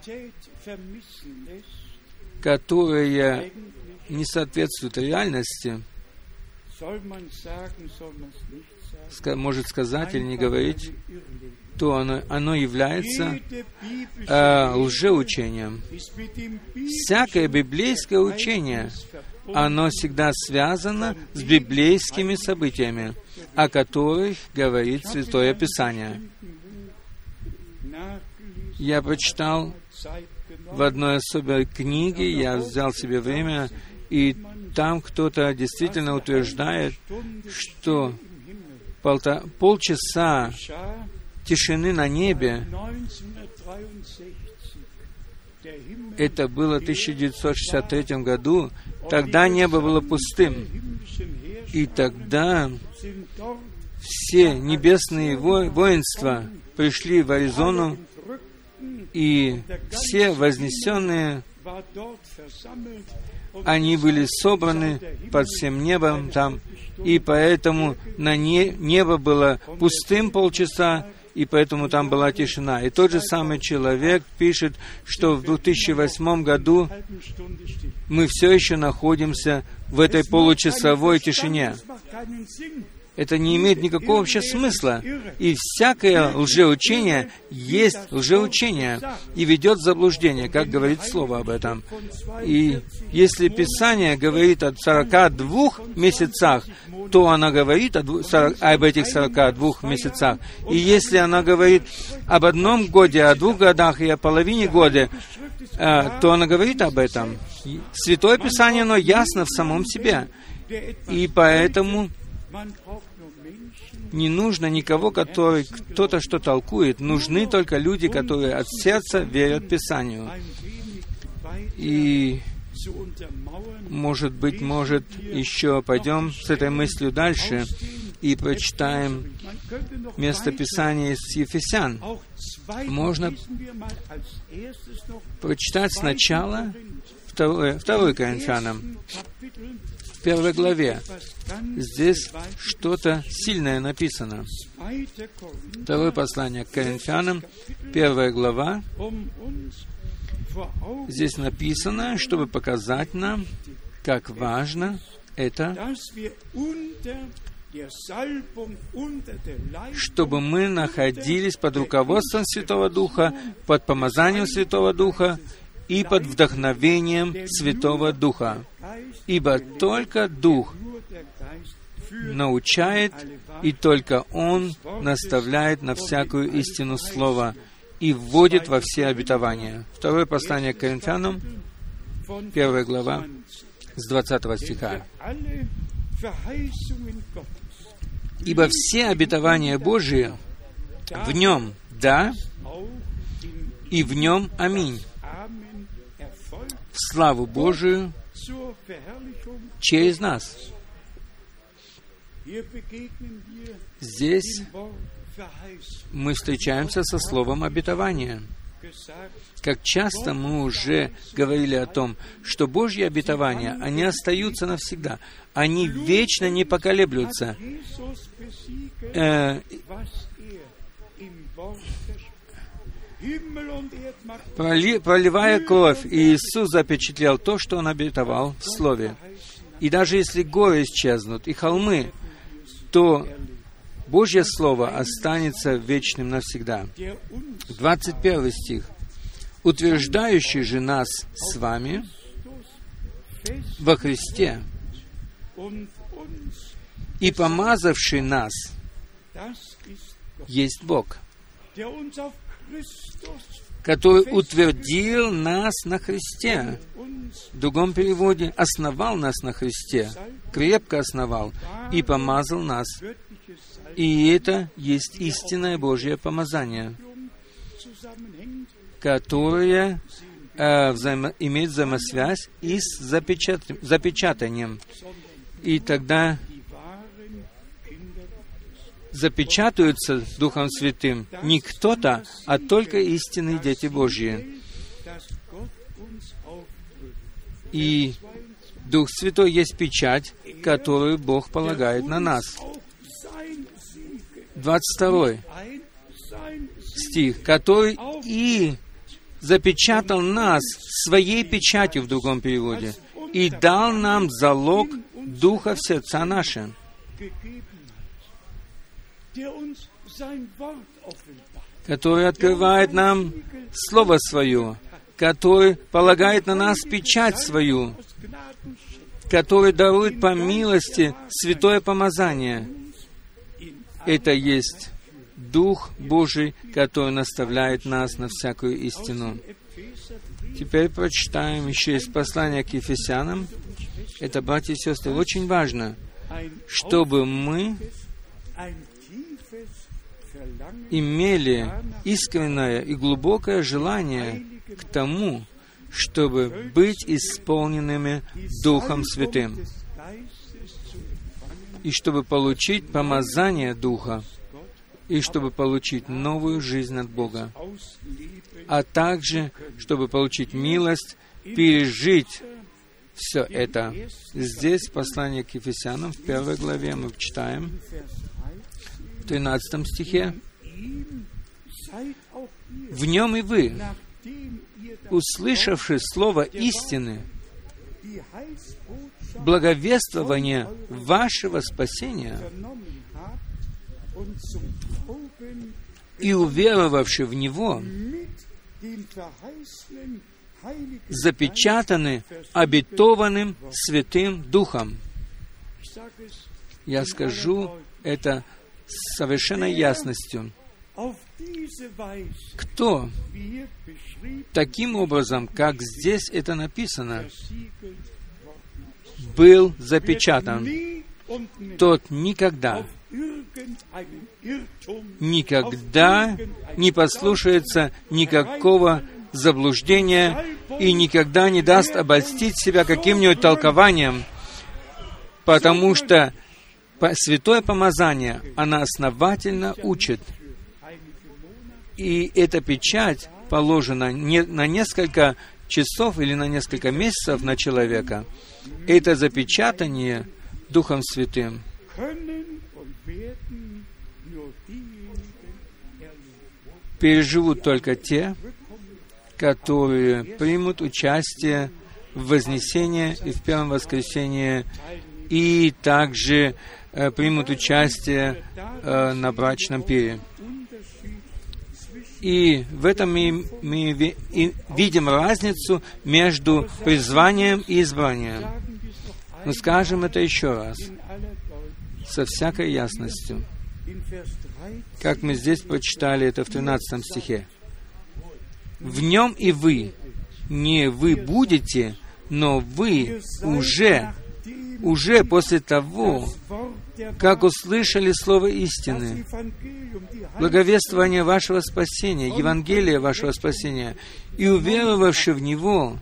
которое не соответствует реальности, может сказать или не говорить, то оно является лжеучением. Всякое библейское учение, оно всегда связано с библейскими событиями, о которых говорит Святое Писание. Я прочитал в одной особой книге, я взял себе время, и там кто-то действительно утверждает, что полчаса тишины на небе, это было в 1963 году, тогда небо было пустым, и тогда все небесные воинства пришли в Аризону, и все вознесенные Они были собраны под всем небом там, и поэтому на небо было пустым полчаса, и поэтому там была тишина. И тот же самый человек пишет, что в 2008 году мы все еще находимся в этой получасовой тишине. Это не имеет никакого вообще смысла. И всякое лжеучение есть лжеучение и ведет в заблуждение, как говорит Слово об этом. И если Писание говорит о 42 месяцах, то она говорит об этих 42 месяцах. И если она говорит об одном годе, о 2 годах и о половине года, то она говорит об этом. Святое Писание, оно ясно в самом себе. И поэтому не нужно никого, который кто-то что толкует. Нужны только люди, которые от сердца верят Писанию. И, может быть, еще пойдем с этой мыслью дальше и прочитаем место Писания из Ефесян. Можно прочитать сначала 2 Коринфянам, в 1 главе. Здесь что-то сильное написано. 2 послание к Коринфянам, 1 глава. Здесь написано, чтобы показать нам, как важно это, чтобы мы находились под руководством Святого Духа, под помазанием Святого Духа и под вдохновением Святого Духа. Ибо только Дух научает, и только Он наставляет на всякую истину Слова и вводит во все обетования. 2 послание к Коринфянам, 1 глава, с 20 стиха. «Ибо все обетования Божии в Нем «да» и в Нем «аминь» в славу Божию через нас». Здесь мы встречаемся со словом обетования. Как часто мы уже говорили о том, что Божьи обетования, они остаются навсегда. Они вечно не поколеблются. Проливая кровь, Иисус запечатлел то, что Он обетовал в Слове. И даже если горы исчезнут и холмы, то Божье Слово останется вечным навсегда. 21 стих. «Утверждающий же нас с вами во Христе и помазавший нас есть Бог, который утвердил нас на Христе». В другом переводе, основал нас на Христе, крепко основал и помазал нас. И это есть истинное Божье помазание, которое имеет взаимосвязь и с запечатанием. И тогда запечатываются Духом Святым не кто-то, а только истинные дети Божьи. И Дух Святой есть печать, которую Бог полагает на нас. 22 стих, который и запечатал нас своей печатью в другом переводе, и дал нам залог Духа в сердца наши, который открывает нам Слово Свое, который полагает на нас печать свою, который дарует по милости святое помазание. Это есть Дух Божий, который наставляет нас на всякую истину. Теперь прочитаем еще из послания к Ефесянам. Это, братья и сестры, очень важно, чтобы мы имели искреннее и глубокое желание к тому, чтобы быть исполненными Духом Святым, и чтобы получить помазание Духа, и чтобы получить новую жизнь от Бога, а также, чтобы получить милость пережить все это. Здесь послание к Ефесянам, в 1 главе мы читаем, в 13 стихе, «В нем и вы, услышавши слово истины, благовествование вашего спасения, и уверовавши в Него, запечатаны обетованным Святым Духом». Я скажу это с совершенной ясностью. Кто таким образом, как здесь это написано, был запечатан, тот никогда не послушается никакого заблуждения и никогда не даст обольстить себя каким-нибудь толкованием, потому что святое помазание, оно основательно учит. И эта печать положена не на несколько часов или на несколько месяцев на человека. Это запечатание Духом Святым переживут только те, которые примут участие в вознесении и в первом воскресении, и также примут участие на брачном пире. И в этом мы видим разницу между призванием и избранием. Но скажем это еще раз, со всякой ясностью. Как мы здесь прочитали это в 13 стихе. «В нем и вы, не вы будете, но вы уже после того, как услышали слово истины, благовествование вашего спасения, Евангелие вашего спасения, и уверовавши в Него,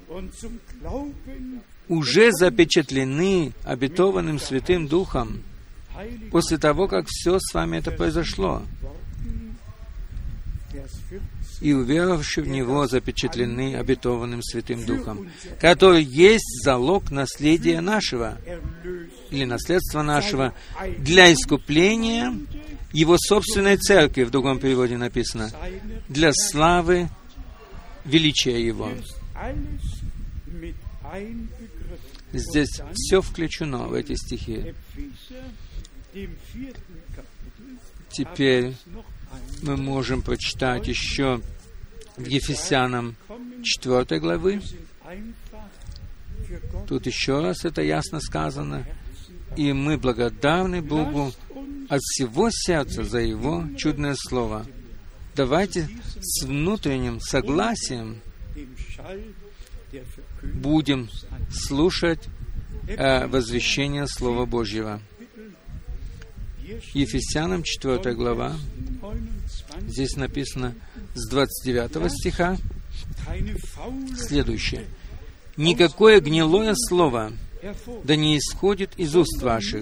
уже запечатлены обетованным Святым Духом, после того, как все с вами это произошло. И уверовавши в Него, запечатлены обетованным Святым Духом, который есть залог наследия нашего, или наследства нашего, для искупления Его собственной церкви, в другом переводе написано, для славы величия Его». Здесь все включено в эти стихи. Теперь мы можем прочитать еще в Ефесянам 4 главы. Тут еще раз это ясно сказано. И мы благодарны Богу от всего сердца за Его чудное Слово. Давайте с внутренним согласием будем слушать возвещение Слова Божьего. Ефесянам 4 глава, здесь написано с 29 стиха следующее. «Никакое гнилое слово да не исходит из уст ваших,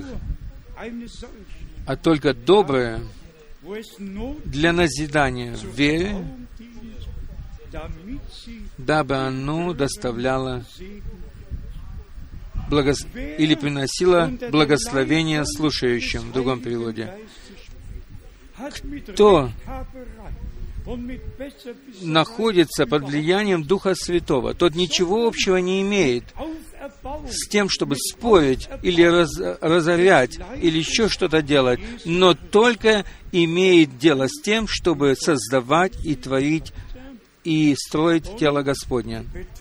а только доброе для назидания в вере, дабы оно доставляло или приносило благословение слушающим», в другом переводе. Кто находится под влиянием Духа Святого, тот ничего общего не имеет с тем, чтобы спорить или разорять, или еще что-то делать, но только имеет дело с тем, чтобы создавать и творить и строить тело Господне.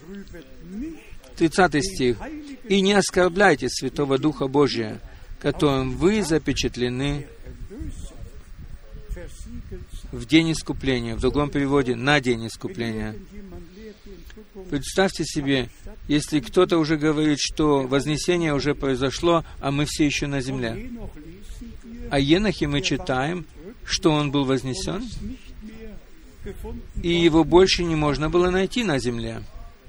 30 стих. «И не оскорбляйте Святого Духа Божия, которым вы запечатлены в день искупления», в другом переводе «на день искупления». Представьте себе, если кто-то уже говорит, что вознесение уже произошло, а мы все еще на земле. О Енохе мы читаем, что он был вознесен, и его больше не можно было найти на земле.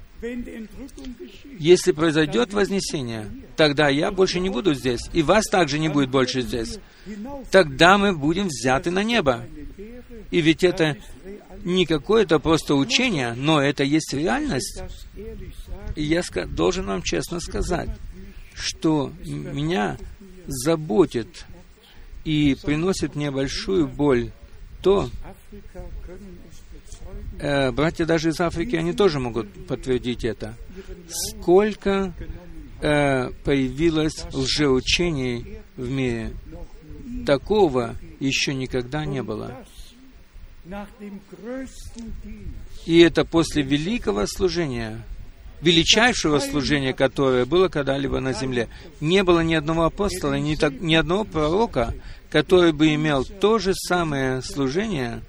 Если произойдет вознесение, тогда я больше не буду здесь, и вас также не будет больше здесь. Тогда мы будем взяты на небо. И ведь это не какое-то просто учение, но это есть реальность. И я должен вам честно сказать, что меня заботит и приносит мне большую боль то, братья даже из Африки, они тоже могут подтвердить это, сколько появилось лжеучений в мире. Такого еще никогда не было. И это после великого служения, величайшего служения, которое было когда-либо на земле. Не было ни одного апостола, ни одного пророка, который бы имел то же самое служение,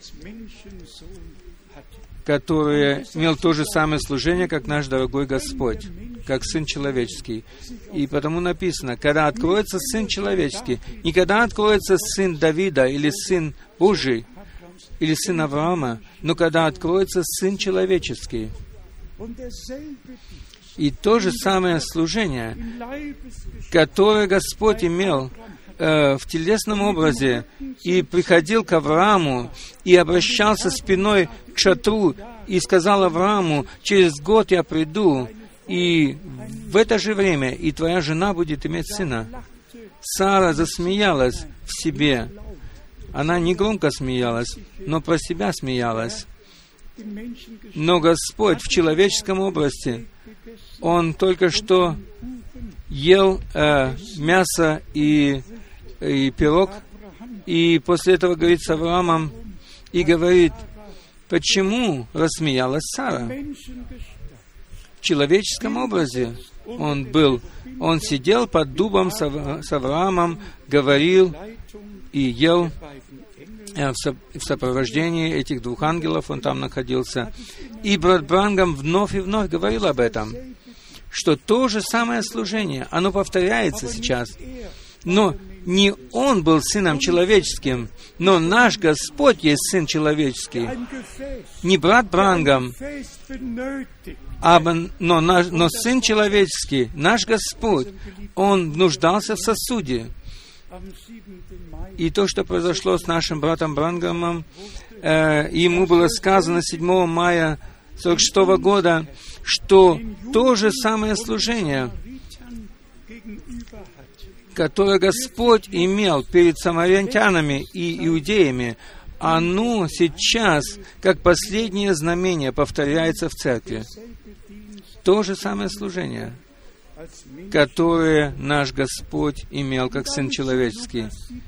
который имел то же самое служение, как наш дорогой Господь, как Сын Человеческий. И потому написано, когда откроется Сын Человеческий, не когда откроется Сын Давида или Сын Божий, или Сын Авраама, но когда откроется Сын Человеческий. И то же самое служение, которое Господь имел в телесном образе, и приходил к Аврааму, и обращался спиной к шатру, и сказал Аврааму, через год я приду, и в это же время и твоя жена будет иметь сына. Сара засмеялась в себе. Она не громко смеялась, но про себя смеялась. Но Господь в человеческом образе, Он только что ел мясо и пирог, и после этого говорит с Авраамом и говорит, почему рассмеялась Сара? В человеческом образе он был. Он сидел под дубом с Авраамом, говорил и ел в сопровождении этих двух ангелов, он там находился. И брат Брангам вновь и вновь говорил об этом, что то же самое служение, оно повторяется сейчас. Но не Он был Сыном Человеческим, но наш Господь есть Сын Человеческий. Не брат Брангам, но Сын Человеческий, наш Господь, Он нуждался в сосуде. И то, что произошло с нашим братом Брангамом, ему было сказано 7 мая 1946 года, что то же самое служение, которое Господь имел перед самарянтянами и иудеями, оно сейчас, как последнее знамение, повторяется в церкви. То же самое служение, которое наш Господь имел как Сын Человеческий.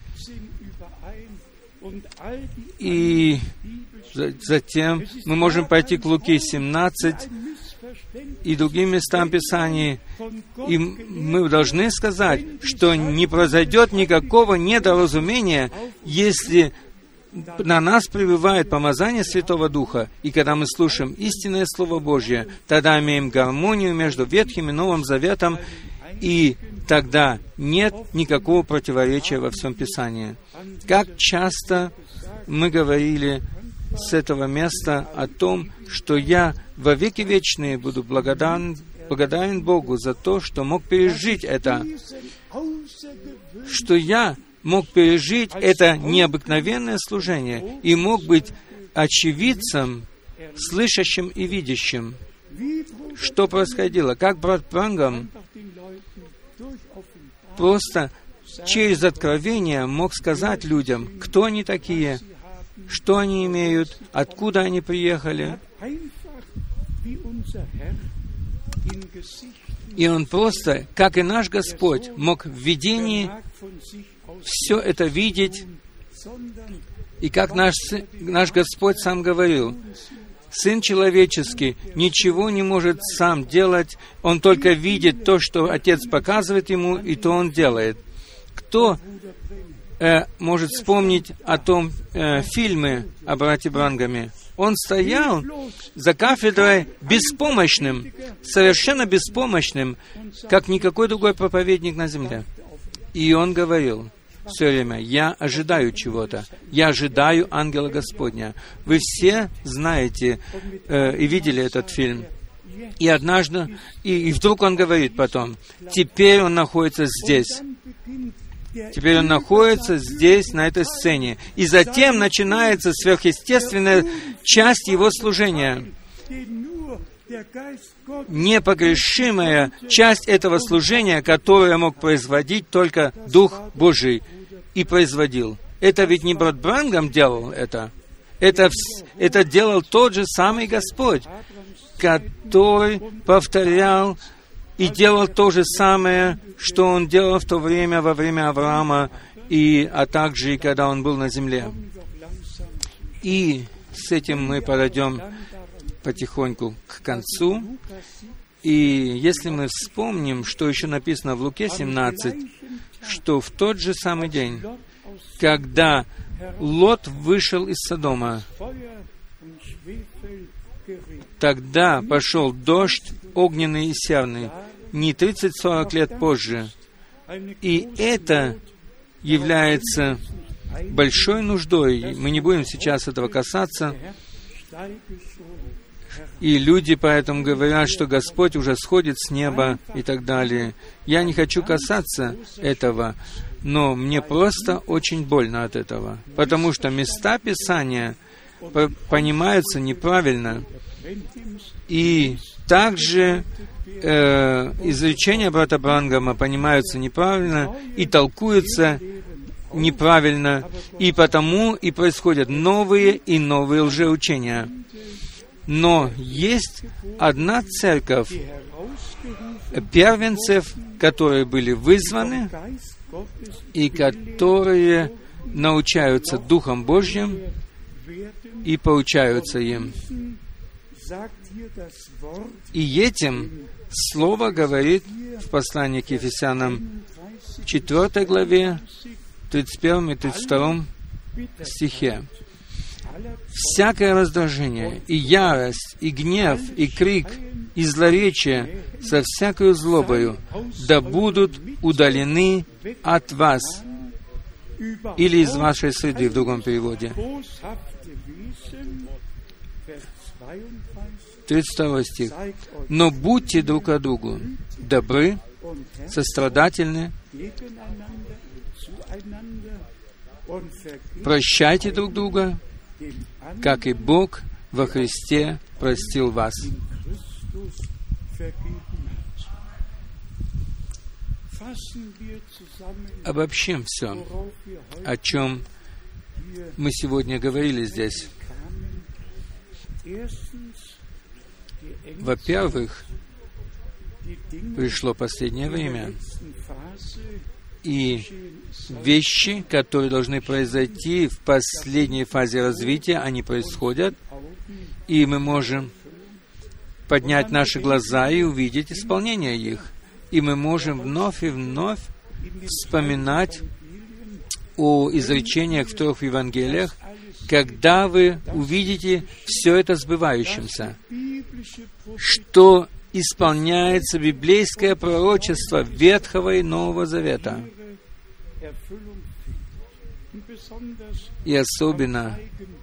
И затем мы можем пойти к Луки 17 и другим местам Писаний, и мы должны сказать, что не произойдет никакого недоразумения, если на нас пребывает помазание Святого Духа, и когда мы слушаем истинное Слово Божье, тогда имеем гармонию между Ветхим и Новым Заветом, и тогда нет никакого противоречия во всем Писании. Как часто мы говорили с этого места о том, что я во веки вечные буду благодарен Богу за то, что мог пережить это, что я мог пережить это необыкновенное служение и мог быть очевидцем, слышащим и видящим. Что происходило? Как брат Брангам просто через откровение мог сказать людям, кто они такие, что они имеют, откуда они приехали. И он просто, как и наш Господь, мог в видении все это видеть. И как наш Господь сам говорил, Сын Человеческий ничего не может сам делать, Он только видит то, что Отец показывает Ему, и то Он делает. Кто может вспомнить о том фильме о брате Брангаме? Он стоял за кафедрой беспомощным, совершенно беспомощным, как никакой другой проповедник на земле. И он говорил все время, я ожидаю чего-то, я ожидаю ангела Господня. Вы все знаете и видели этот фильм. И однажды, и вдруг он говорит потом, теперь он находится здесь. Теперь он находится здесь, на этой сцене. И затем начинается сверхъестественная часть его служения. непогрешимая часть этого служения, которое мог производить только Дух Божий, и производил. Это ведь не брат Бранхам делал это. Это делал тот же самый Господь, который повторял и делал то же самое, что Он делал в то время, во время Авраама, а также и когда Он был на земле. И с этим мы подойдем потихоньку к концу. И если мы вспомним, что еще написано в Луке 17, что в тот же самый день, когда Лот вышел из Содома, тогда пошел дождь огненный и серный, не 30-40 лет позже. И это является большой нуждой. Мы не будем сейчас этого касаться. И люди поэтому говорят, что Господь уже сходит с неба и так далее. Я не хочу касаться этого, но мне просто очень больно от этого, потому что места Писания понимаются неправильно. И также изречения брата Бранхама понимаются неправильно и толкуются неправильно, и потому и происходят новые и новые лжеучения. Но есть одна церковь первенцев, которые были вызваны и которые научаются Духом Божьим и поучаются им. И этим Слово говорит в послании к Ефесянам 4 главе, 31 и 32 стихе. «Всякое раздражение, и ярость, и гнев, и крик, и злоречие со всякою злобою да будут удалены от вас». Или из вашей среды, в другом переводе. 32 стих. «Но будьте друг к другу добры, сострадательны, прощайте друг друга, как и Бог во Христе простил вас». Обобщим все, о чем мы сегодня говорили здесь. Во-первых, пришло последнее время, и вещи, которые должны произойти в последней фазе развития, они происходят, и мы можем поднять наши глаза и увидеть исполнение их. И мы можем вновь и вновь вспоминать о изречениях в 3 Евангелиях, когда вы увидите все это сбывающимся, что исполняется библейское пророчество Ветхого и Нового Завета. И особенно,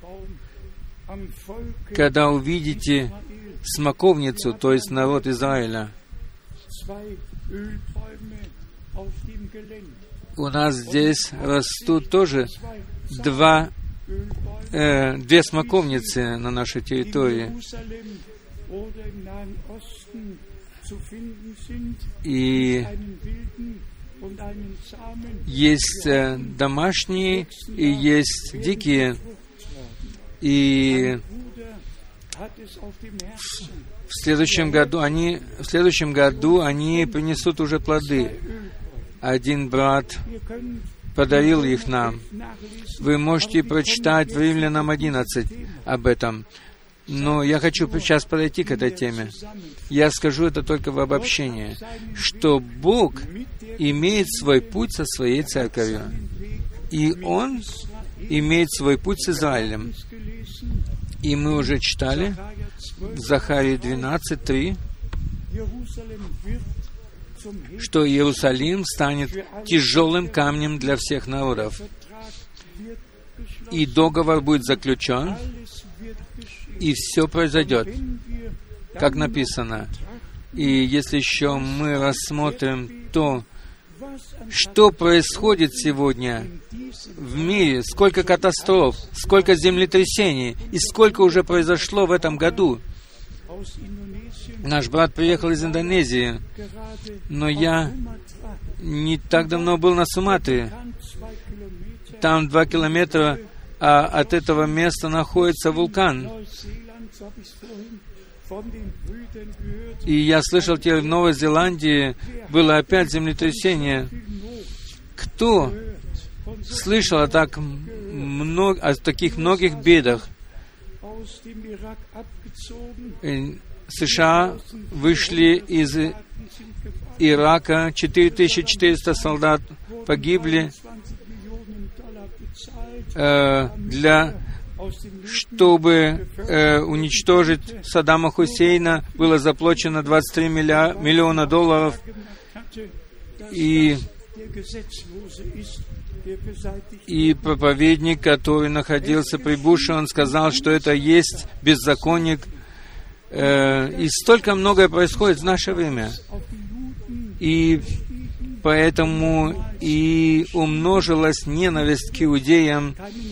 когда увидите смоковницу, то есть народ Израиля. У нас здесь растут тоже две смоковницы на нашей территории. И есть домашние, и есть дикие. И в следующем году они принесут уже плоды. Один брат подарил их нам. Вы можете прочитать в Римлянам 11 об этом. Но я хочу сейчас подойти к этой теме. Я скажу это только в обобщении, что Бог имеет свой путь со своей церковью. И Он имеет свой путь с Израилем. И мы уже читали в Захарии 12:3, что Иерусалим станет тяжелым камнем для всех народов. И договор будет заключен, и все произойдет, как написано. И если еще мы рассмотрим то, что происходит сегодня в мире, сколько катастроф, сколько землетрясений, и сколько уже произошло в этом году, Наш брат приехал из Индонезии, но я не так давно был на Суматре. Там 2 километра, а от этого места находится вулкан. И я слышал, теперь в Новой Зеландии было опять землетрясение. Кто слышал о таких многих бедах? США вышли из Ирака, 4400 солдат погибли. Чтобы уничтожить Саддама Хусейна, было заплачено $23 миллиона. И проповедник, который находился при Буше, он сказал, что это есть беззаконник. И столько многое происходит в наше время. И поэтому и умножилась ненависть к иудеям,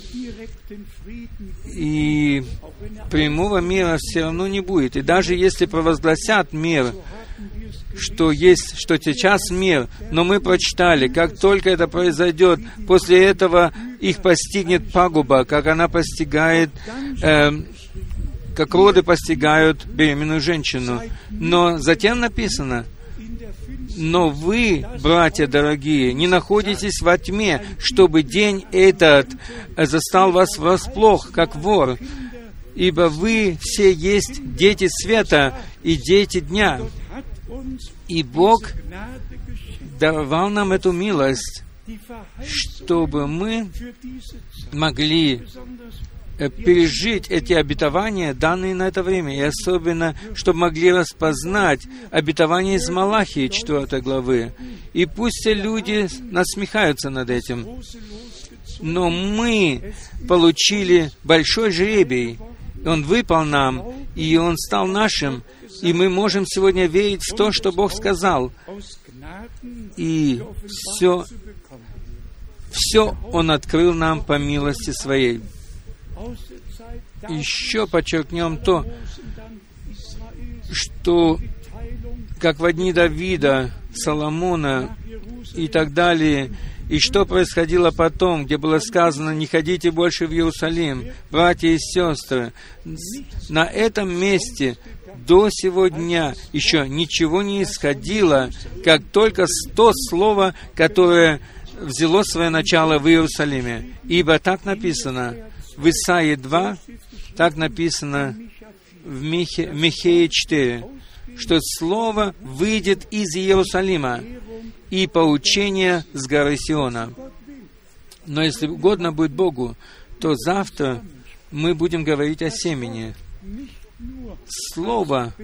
и прямого мира все равно не будет. И даже если провозгласят мир, что сейчас мир, но мы прочитали, как только это произойдет, после этого их постигнет пагуба, как она постигает, как роды постигают беременную женщину. Но затем написано: но вы, братья дорогие, не находитесь во тьме, чтобы день этот застал вас врасплох, как вор, ибо вы все есть дети света и дети дня. И Бог даровал нам эту милость, чтобы мы могли пережить эти обетования, данные на это время, и особенно, чтобы могли распознать обетования из Малахии 4 главы. И пусть все люди насмехаются над этим, но мы получили большой жребий, он выпал нам, и он стал нашим, и мы можем сегодня верить в то, что Бог сказал. И все Он открыл нам по милости Своей. Еще подчеркнем то, что как в дни Давида, Соломона и так далее, и что происходило потом, где было сказано: «Не ходите больше в Иерусалим, братья и сестры». На этом месте до сего дня еще ничего не исходило, как только то слово, которое взяло свое начало в Иерусалиме. Ибо так написано в Исаии 2, так написано в Михеи 4, что слово выйдет из Иерусалима и поучение с горы Сиона. Но если угодно будет Богу, то завтра мы будем говорить о семени. Слово,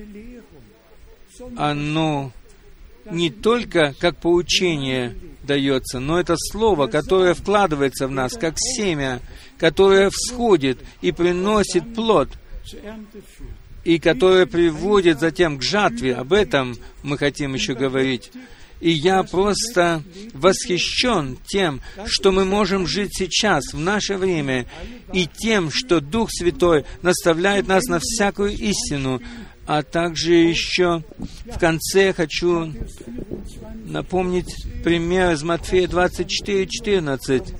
оно не только как поучение дается, но это слово, которое вкладывается в нас, как семя, которое всходит и приносит плод, и которое приводит затем к жатве. Об этом мы хотим еще говорить. И я просто восхищен тем, что мы можем жить сейчас, в наше время, и тем, что Дух Святой наставляет нас на всякую истину. А также еще в конце хочу напомнить пример из Матфея 24:14.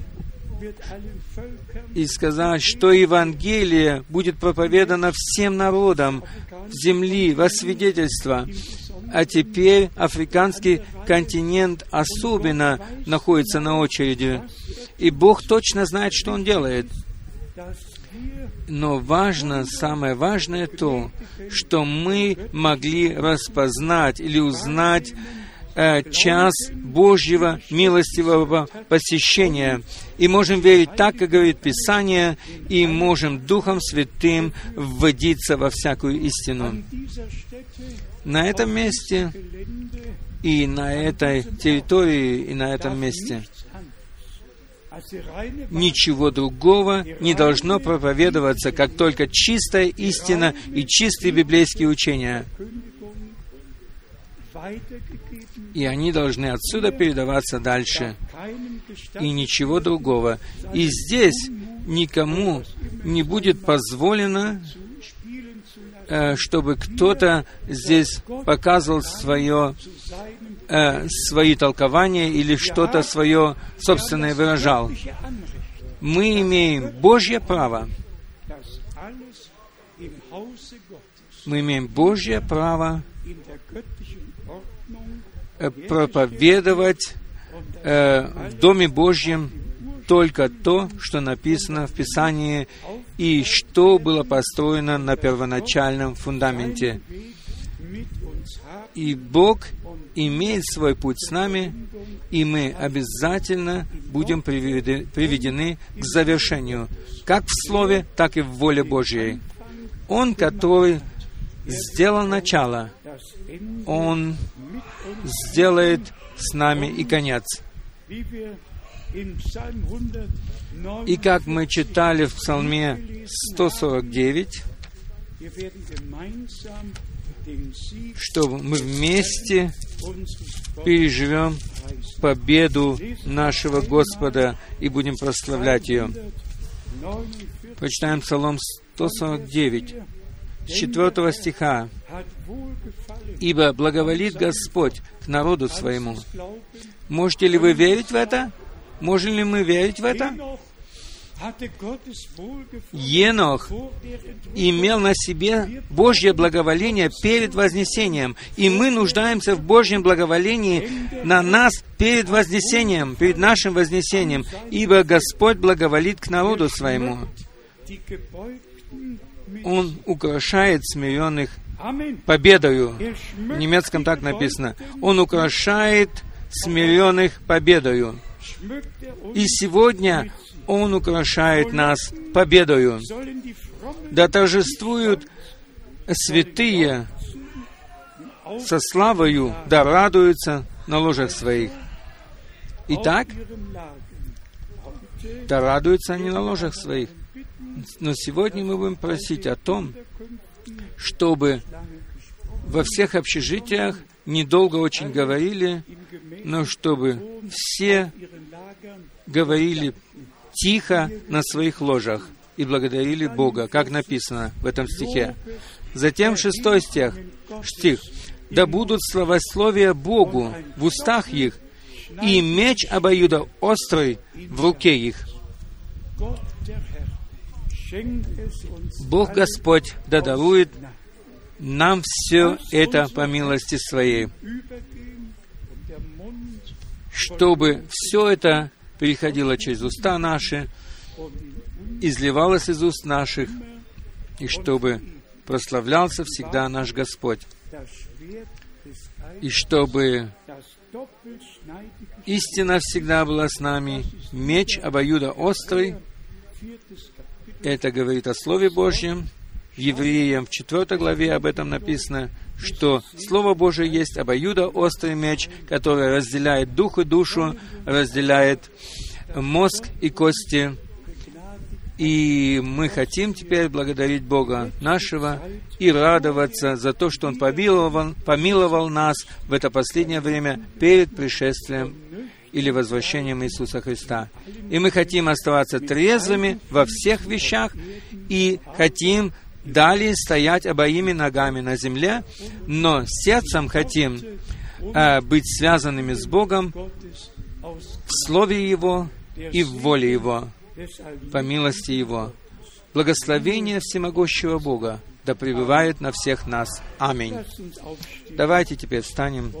И сказать, что Евангелие будет проповедано всем народам земли во свидетельство. А теперь африканский континент особенно находится на очереди. И Бог точно знает, что Он делает. Но важно, самое важное то, что мы могли распознать или узнать час Божьего милостивого посещения. И можем верить так, как говорит Писание, и можем Духом Святым вводиться во всякую истину. На этом месте и на этой территории, и на этом месте ничего другого не должно проповедоваться, как только чистая истина и чистые библейские учения. И они должны отсюда передаваться дальше. И ничего другого. И здесь никому не будет позволено чтобы кто-то здесь показывал свои толкования или что-то свое собственное выражал. Мы имеем Божье право. Мы имеем Божье право проповедовать в Доме Божьем только то, что написано в Писании и что было построено на первоначальном фундаменте. И Бог имеет свой путь с нами, и мы обязательно будем приведены к завершению, как в Слове, так и в воле Божьей. Он, который сделал начало, Он сделает с нами и конец. И как мы читали в Псалме 149, что мы вместе переживем победу нашего Господа и будем прославлять ее. Прочитаем Псалом 149, с 4 стиха. «Ибо благоволит Господь к народу своему». Можете ли вы верить в это? Можем ли мы верить в это? Енох имел на себе Божье благоволение перед вознесением, и мы нуждаемся в Божьем благоволении на нас перед вознесением, перед нашим вознесением, ибо Господь благоволит к народу своему. Он украшает смиренных победою. В немецком так написано. Он украшает смиренных победою. И сегодня Он украшает нас победою. Да торжествуют святые со славою, да радуются на ложах своих. Итак, да радуются они на ложах своих. Но сегодня мы будем просить о том, чтобы во всех общежитиях недолго очень говорили, но чтобы все говорили тихо на своих ложах и благодарили Бога, как написано в этом стихе. Затем 6 стих. «Да будут славословия Богу в устах их, и меч обоюдоострый в руке их». Бог Господь да дарует нам все это по милости Своей, чтобы все это переходило через уста наши, изливалось из уст наших, и чтобы прославлялся всегда наш Господь, и чтобы истина всегда была с нами, меч обоюдоострый. Это говорит о Слове Божьем. В Евреям в 4 главе об этом написано, что Слово Божие есть обоюдоострый меч, который разделяет дух и душу, разделяет мозг и кости. И мы хотим теперь благодарить Бога нашего и радоваться за то, что Он помиловал нас в это последнее время перед пришествием или возвращением Иисуса Христа. И мы хотим оставаться трезвыми во всех вещах и хотим далее стоять обоими ногами на земле, но сердцем хотим быть связанными с Богом в Слове Его и в воле Его, по милости Его. Благословение всемогущего Бога да пребывает на всех нас. Аминь. Давайте теперь встанем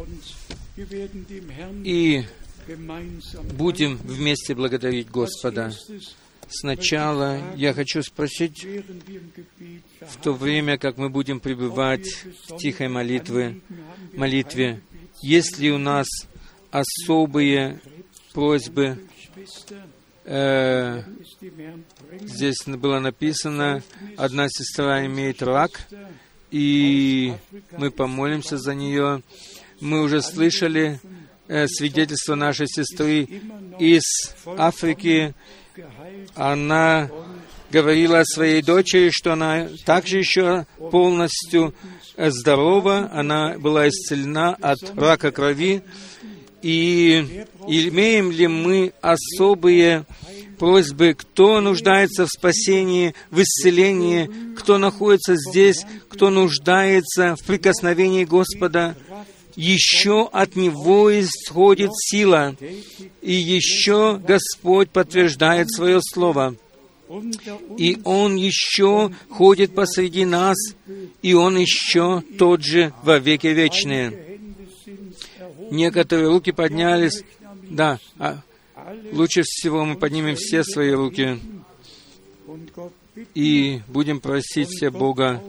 и будем вместе благодарить Господа. Сначала я хочу спросить, в то время, как мы будем пребывать в тихой молитве, есть ли у нас особые просьбы? Здесь было написано, одна сестра имеет рак, и мы помолимся за нее. Мы уже слышали свидетельство нашей сестры из Африки. Она говорила своей дочери, что она также еще полностью здорова, она была исцелена от рака крови. И имеем ли мы особые просьбы, кто нуждается в спасении, в исцелении, кто находится здесь, кто нуждается в прикосновении Господа, еще от Него исходит сила, и еще Господь подтверждает Свое Слово. И Он еще ходит посреди нас, и Он еще тот же во веки вечные. Некоторые руки поднялись. Да, лучше всего мы поднимем все свои руки и будем просить все Бога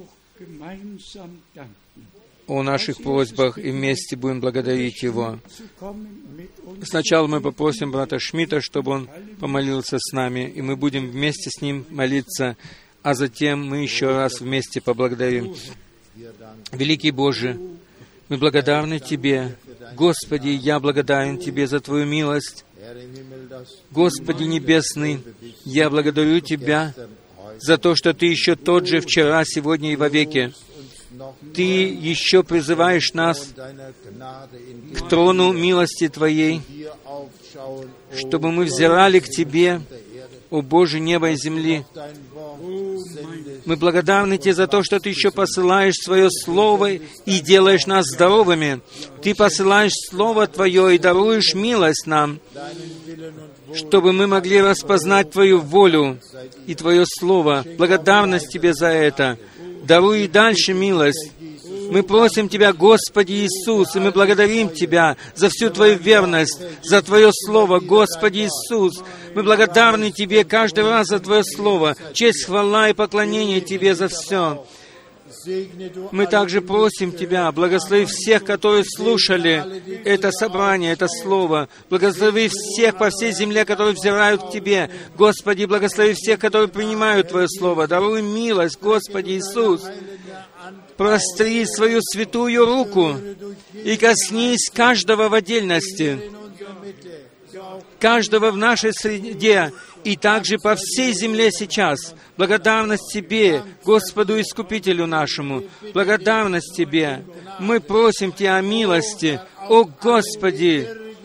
о наших просьбах, и вместе будем благодарить Его. Сначала мы попросим брата Шмидта, чтобы он помолился с нами, и мы будем вместе с ним молиться, а затем мы еще раз вместе поблагодарим. Великий Боже, мы благодарны Тебе. Господи, я благодарен Тебе за Твою милость. Господи Небесный, я благодарю Тебя за то, что Ты еще тот же вчера, сегодня и вовеки. Ты еще призываешь нас к трону милости Твоей, чтобы мы взирали к Тебе, о Боже неба и земли. Мы благодарны Тебе за то, что Ты еще посылаешь Свое Слово и делаешь нас здоровыми. Ты посылаешь Слово Твое и даруешь милость нам, чтобы мы могли распознать Твою волю и Твое Слово. Благодарность Тебе за это. Даруй и дальше милость. Мы просим Тебя, Господи Иисус, и мы благодарим Тебя за всю Твою верность, за Твое Слово, Господи Иисус. Мы благодарны Тебе каждый раз за Твое Слово. Честь, хвала и поклонение Тебе за все. Мы также просим Тебя, благослови всех, которые слушали это собрание, это Слово. Благослови всех по всей земле, которые взирают к Тебе. Господи, благослови всех, которые принимают Твое Слово. Даруй милость, Господи Иисус. Простри свою святую руку и коснись каждого в отдельности, каждого в нашей среде, и также по всей земле сейчас. Благодарность Тебе, Господу Искупителю нашему. Благодарность Тебе. Мы просим Тебя о милости. О Господи!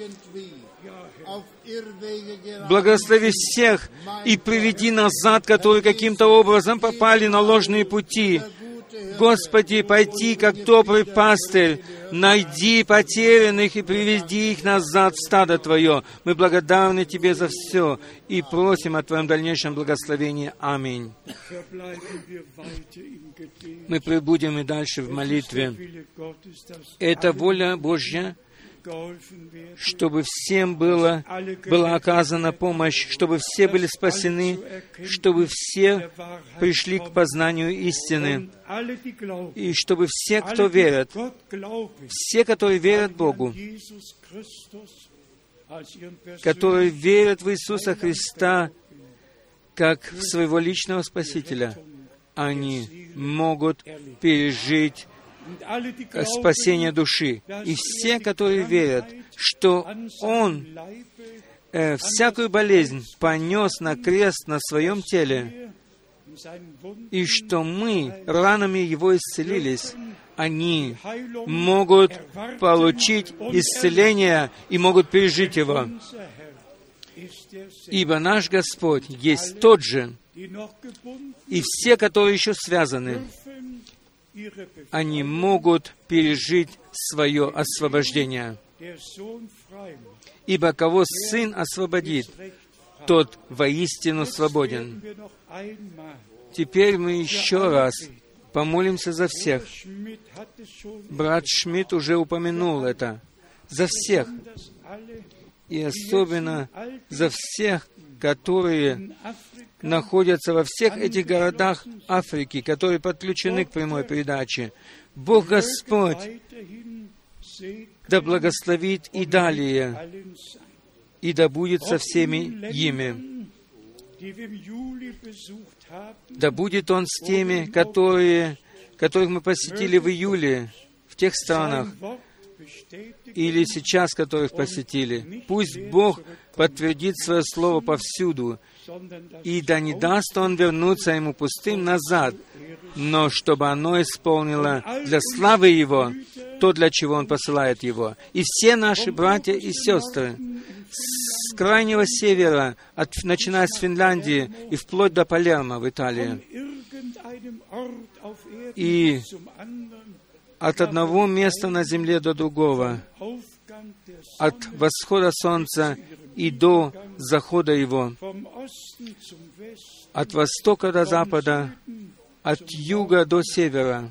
Благослови всех и приведи назад, которые каким-то образом попали на ложные пути. Господи, пойди, как добрый пастырь, найди потерянных и приведи их назад в стадо Твое. Мы благодарны Тебе за все и просим о Твоем дальнейшем благословении. Аминь. Мы пребудем и дальше в молитве. Это воля Божья, чтобы всем была оказана помощь, чтобы все были спасены, чтобы все пришли к познанию истины, и чтобы все, кто верят, все, которые верят Богу, которые верят в Иисуса Христа как в своего личного Спасителя, они могут пережить спасение души. И все, которые верят, что Он всякую болезнь понес на крест на Своем теле, и что мы ранами Его исцелились, они могут получить исцеление и могут пережить его. Ибо наш Господь есть тот же, и все, которые еще связаны, они могут пережить свое освобождение. Ибо кого Сын освободит, тот воистину свободен. Теперь мы еще раз помолимся за всех. Брат Шмидт уже упомянул это. За всех. И особенно за всех, которые находятся во всех этих городах Африки, которые подключены к прямой передаче. Бог Господь да благословит и далее, и да будет со всеми ими. Да будет Он с теми, которых мы посетили в июле, в тех странах. или сейчас, которых посетили. Пусть Бог подтвердит Свое Слово повсюду, и да не даст Он вернуться Ему пустым назад, но чтобы оно исполнило для славы Его то, для чего Он посылает Его. И все наши братья и сестры с крайнего севера, начиная с Финляндии и вплоть до Палермо в Италии, и от одного места на земле до другого, от восхода солнца и до захода его, от востока до запада, от юга до севера.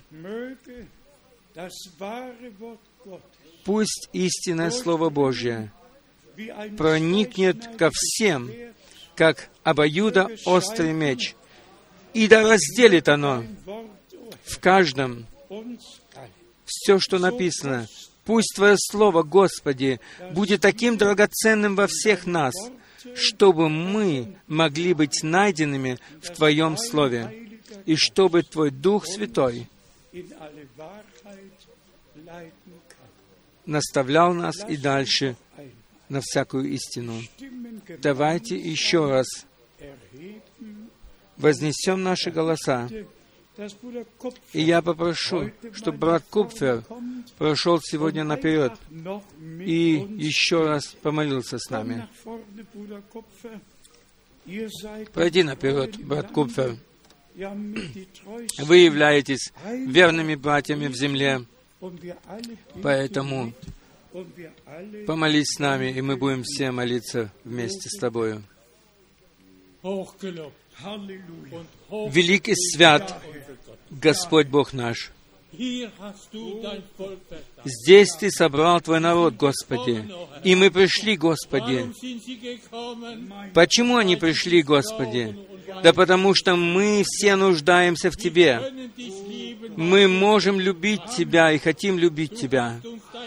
Пусть истинное Слово Божье проникнет ко всем, как обоюдоострый меч, и да разделит оно в каждом все, что написано. Пусть Твое Слово, Господи, будет таким драгоценным во всех нас, чтобы мы могли быть найденными в Твоем Слове, и чтобы Твой Дух Святой наставлял нас и дальше на всякую истину. Давайте еще раз вознесем наши голоса. И я попрошу, чтобы брат Купфер прошел сегодня наперед и еще раз помолился с нами. Пройди наперед, брат Купфер. Вы являетесь верными братьями в земле, поэтому помолись с нами, и мы будем все молиться вместе с тобою. Велик и свят Господь Бог наш. Здесь Ты собрал Твой народ, Господи, и мы пришли, Господи. Почему они пришли, Господи? Да потому что мы все нуждаемся в Тебе. Мы можем любить Тебя и хотим любить Тебя.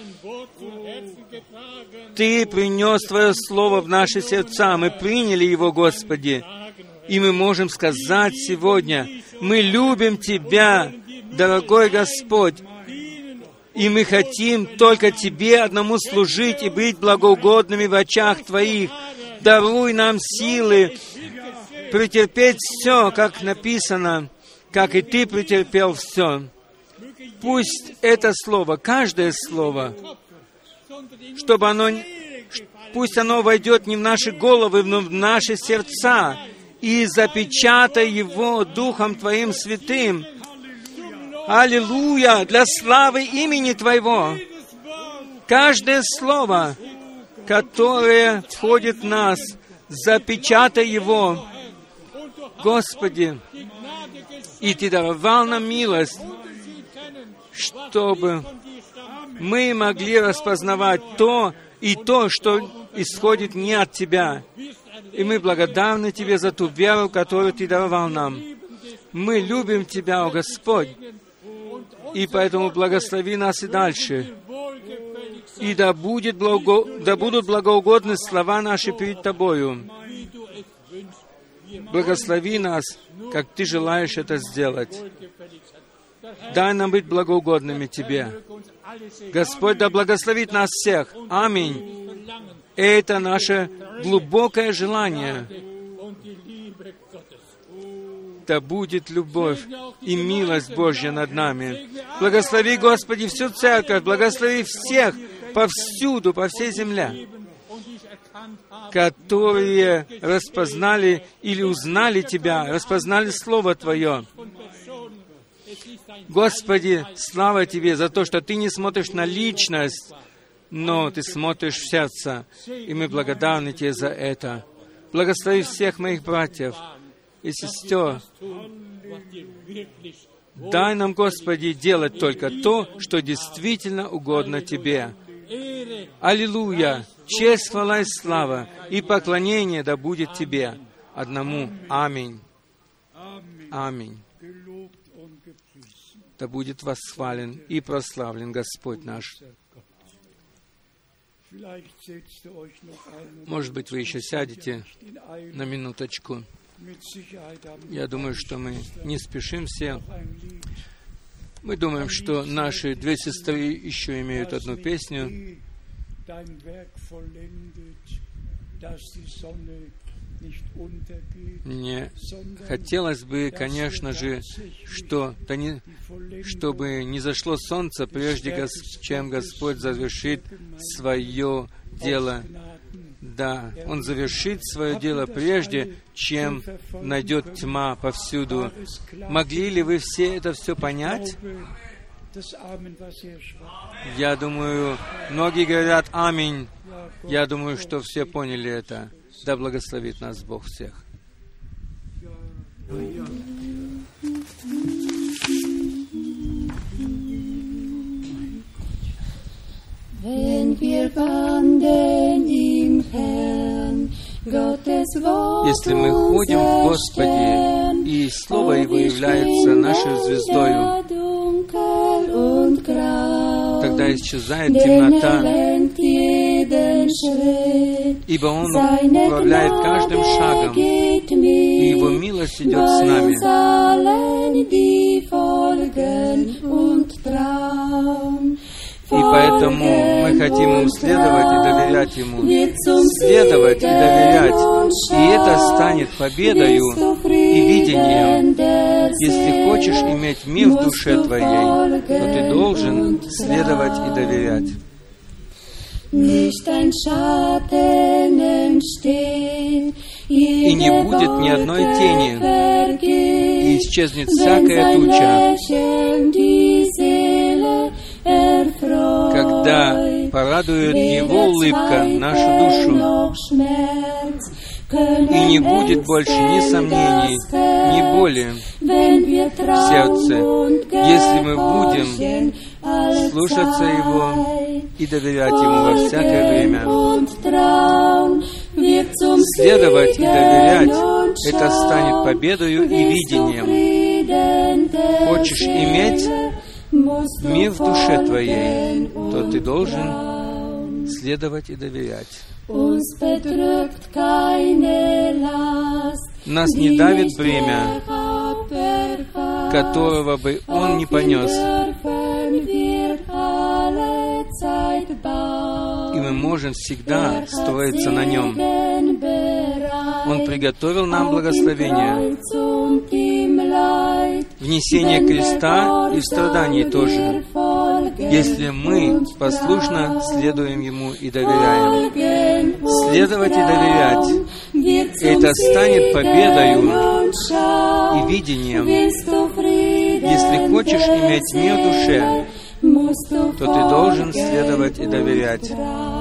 Ты принес Твое Слово в наши сердца, мы приняли его, Господи, и мы можем сказать сегодня: мы любим Тебя, дорогой Господь, и мы хотим только Тебе одному служить и быть благоугодными в очах Твоих. Даруй нам силы претерпеть все, как написано, как и Ты претерпел все. Пусть это слово, каждое слово, чтобы пусть оно войдет не в наши головы, но в наши сердца, и запечатай его Духом Твоим Святым. Аллилуйя! Для славы имени Твоего. Каждое слово, которое входит в нас, запечатай его, Господи. И Ты даровал нам милость, чтобы мы могли распознавать то, что исходит не от Тебя. И мы благодарны Тебе за ту веру, которую Ты даровал нам. Мы любим Тебя, о Господь, и поэтому благослови нас и дальше. И да будут благоугодны слова наши перед Тобою. Благослови нас, как Ты желаешь это сделать. Дай нам быть благоугодными Тебе. Господь да благословит нас всех. Аминь. Это наше глубокое желание. Да будет любовь и милость Божья над нами. Благослови, Господи, всю церковь, благослови всех повсюду, по всей земле, которые распознали или узнали Тебя, распознали Слово Твое. Господи, слава Тебе за то, что Ты не смотришь на личность, но Ты смотришь в сердце, и мы благодарны Тебе за это. Благослови всех моих братьев и сестер. Дай нам, Господи, делать только то, что действительно угодно Тебе. Аллилуйя! Честь, хвала и слава, и поклонение да будет Тебе одному. Аминь. Аминь. Да будет восхвален и прославлен Господь наш. Может быть, вы еще сядете на минуточку. Я думаю, что мы не спешим все. Мы думаем, что наши две сестры еще имеют одну песню. Мне хотелось бы, конечно же, чтобы не зашло солнце, прежде чем Господь завершит свое дело. Да, Он завершит свое дело, прежде чем найдет тьма повсюду. Могли ли вы это все понять? Я думаю, многие говорят «Аминь». Я думаю, что все поняли это. Да благословит нас Бог всех. Если мы ходим в Господе, и Слово Его является нашей звездою, тогда исчезает темнота, ибо Он управляет каждым шагом, и Его милость идет с нами. И поэтому мы хотим Ему следовать и доверять Ему. Следовать и доверять. И это станет победою и видением. Если хочешь иметь мир в душе твоей, то ты должен следовать и доверять. И не будет ни одной тени, и исчезнет всякая туча, когда порадует Его улыбка нашу душу, и не будет больше ни сомнений, ни боли в сердце, если мы будем слушаться Его и доверять Ему во всякое время. Следовать и доверять — это станет победою и видением. Хочешь иметь мир в душе твоей, то ты должен следовать и доверять. Нас не давит бремя, которого бы Он не понес. И мы можем всегда строиться на Нем. Он приготовил нам благословение, внесение креста и в страдании тоже, если мы послушно следуем Ему и доверяем. Следовать и доверять — это станет победою и видением. Если хочешь иметь мир в душе, то ты должен следовать и доверять.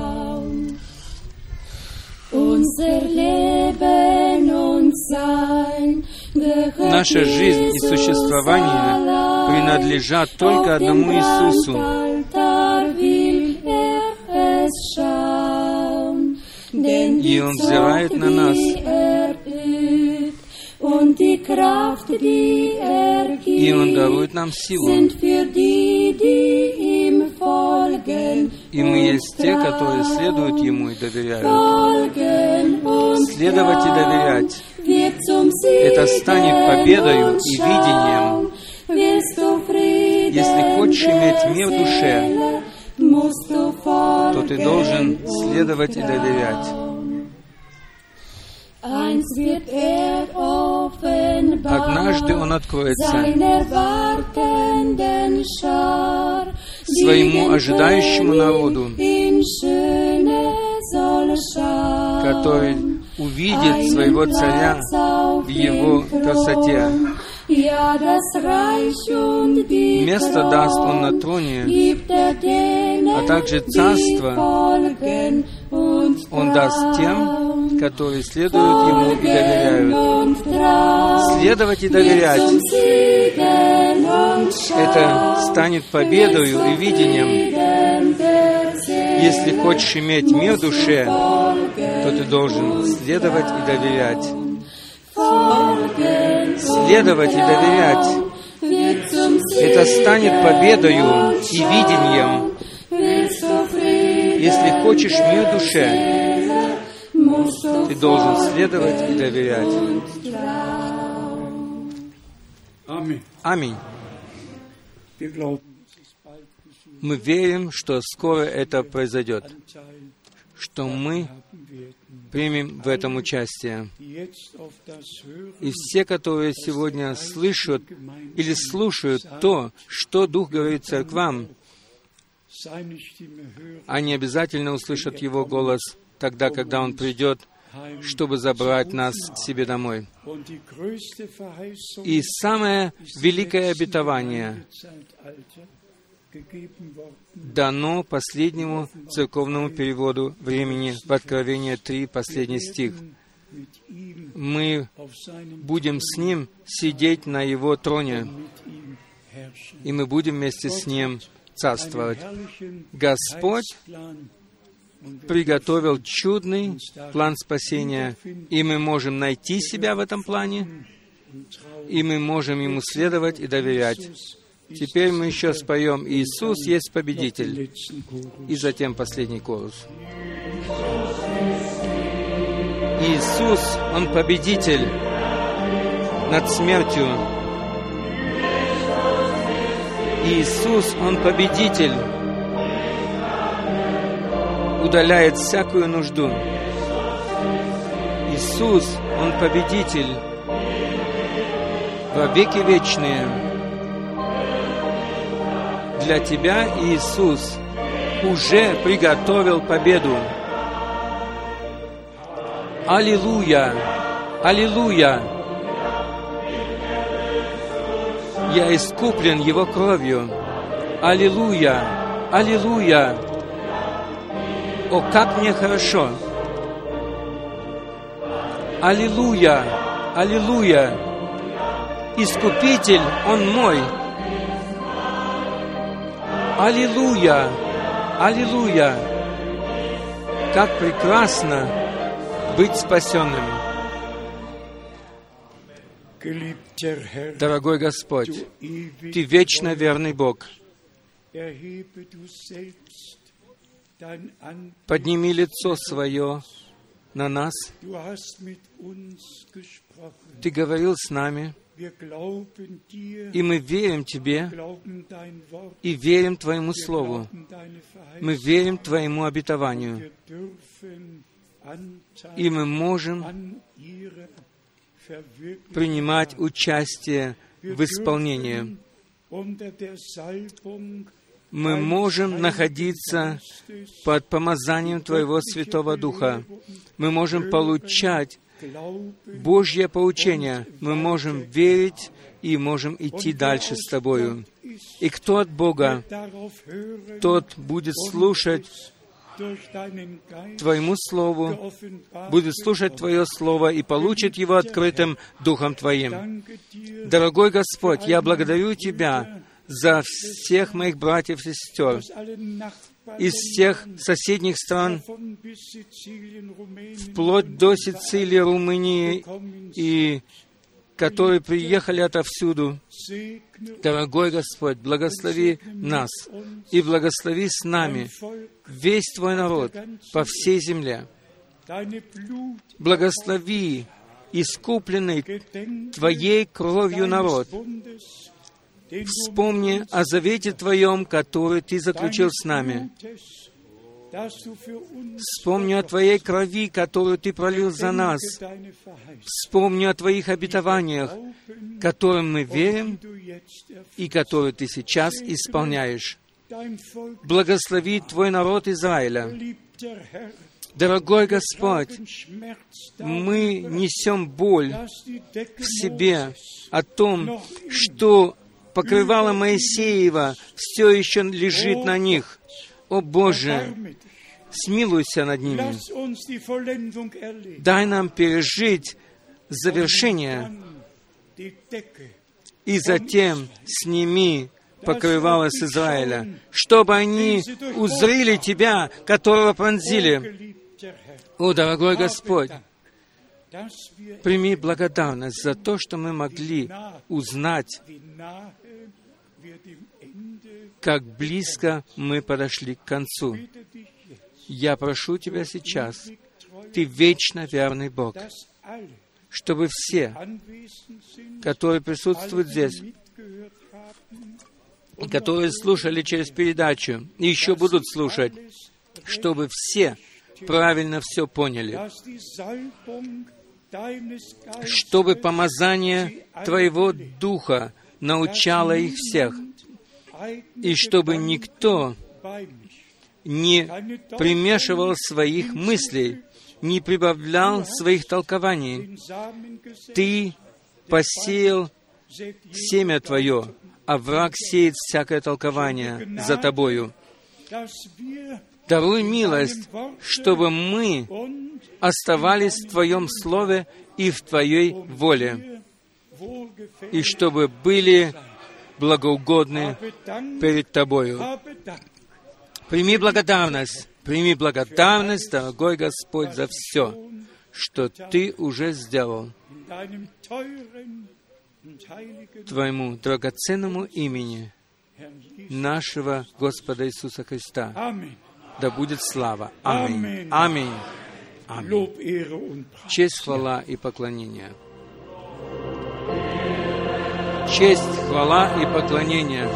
Наша жизнь и существование принадлежат только одному Иисусу. И Он взирает на нас. И Он дарует нам силу. И мы есть те, которые следуют Ему и доверяют. Следовать и доверять — это станет победою и видением. Если хочешь иметь мир в душе, то ты должен следовать и доверять. Однажды Он откроется своему ожидающему народу, который увидит своего царя в его красоте. Место даст Он на троне, а также царство Он даст тем, которые следуют Ему и доверяют. Следовать и доверять — это станет победою и видением. Если хочешь иметь мир в душе, то ты должен следовать и доверять. Следовать и доверять — это станет победою и видением. Если хочешь мир в душе, ты должен следовать и доверять. Аминь. Мы верим, что скоро это произойдет, что мы примем в этом участие. И все, которые сегодня слышат или слушают то, что Дух говорит церквам, они обязательно услышат Его голос тогда, когда Он придет, чтобы забрать нас к себе домой. И самое великое обетование дано последнему церковному переводу времени в Откровение 3, последний стих. Мы будем с Ним сидеть на Его троне, и мы будем вместе с Ним царствовать. Господь приготовил чудный план спасения, и мы можем найти себя в этом плане, и мы можем Ему следовать и доверять. Теперь мы еще споем «Иисус есть победитель», и затем последний колос. Иисус, Он победитель над смертью. Иисус, Он победитель, удаляет всякую нужду. Иисус, Он победитель во веки вечные. Для тебя Иисус уже приготовил победу. Аллилуйя! Аллилуйя! Я искуплен Его кровью. Аллилуйя! Аллилуйя! О, как мне хорошо! Аллилуйя! Аллилуйя! Искупитель, Он мой! Аллилуйя! Аллилуйя! Как прекрасно быть спасенным! Дорогой Господь, Ты вечно верный Бог. Подними лицо свое на нас. Ты говорил с нами, и мы верим Тебе, и верим Твоему Слову. Мы верим Твоему обетованию, и мы можем принимать участие в исполнении. Мы можем находиться под помазанием Твоего Святого Духа. Мы можем получать Божье поучение. Мы можем верить и можем идти дальше с Тобою. И кто от Бога, тот будет слушать Твоему Слову, будет слушать Твое Слово и получит его открытым Духом Твоим. Дорогой Господь, я благодарю Тебя за всех моих братьев и сестер из всех соседних стран, вплоть до Сицилии, Румынии, и которые приехали отовсюду. Дорогой Господь, благослови нас и благослови с нами весь Твой народ по всей земле. Благослови искупленный Твоей кровью народ. Вспомни о завете Твоем, который Ты заключил с нами. Вспомни о Твоей крови, которую Ты пролил за нас. Вспомни о Твоих обетованиях, которым мы верим и которые Ты сейчас исполняешь. Благослови Твой народ Израиля. Дорогой Господь, мы несем боль в себе о том, что покрывало Моисеева все еще лежит на них. О Боже, смилуйся над ними. Дай нам пережить завершение, и затем сними покрывало с Израиля, чтобы они узрели Тебя, которого пронзили. О, дорогой Господь, прими благодарность за то, что мы могли узнать, как близко мы подошли к концу. Я прошу Тебя сейчас, Ты вечно верный Бог, чтобы все, которые присутствуют здесь, которые слушали через передачу и еще будут слушать, чтобы все правильно все поняли, чтобы помазание Твоего Духа научало их всех, и чтобы никто не примешивал своих мыслей, не прибавлял своих толкований. Ты посеял семя Твое, а враг сеет всякое толкование за Тобою. Даруй милость, чтобы мы оставались в Твоем Слове и в Твоей воле, и чтобы были благоугодны перед Тобою. Прими благодарность, дорогой Господь, за все, что Ты уже сделал. Твоему драгоценному имени нашего Господа Иисуса Христа да будет слава. Аминь. Аминь. Аминь. Честь, хвала и поклонение. Честь, хвала и поклонение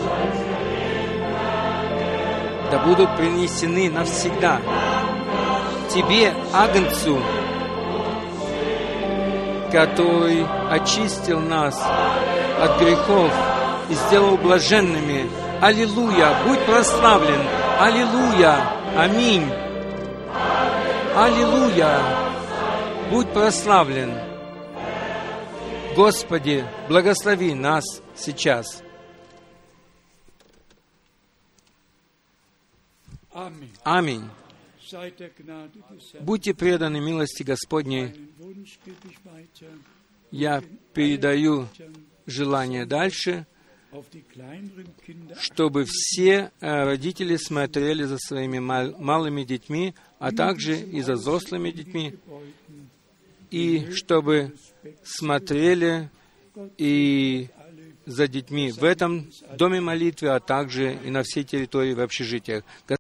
да будут принесены навсегда Тебе, Агнцу, который очистил нас от грехов и сделал блаженными. Аллилуйя! Будь прославлен! Аллилуйя! Аминь! Аллилуйя! Будь прославлен! Господи, благослови нас сейчас. Аминь. Будьте преданы милости Господней. Я передаю желание дальше, чтобы все родители смотрели за своими малыми детьми, а также и за взрослыми детьми, и чтобы смотрели и за детьми в этом доме молитвы, а также и на всей территории в общежитиях.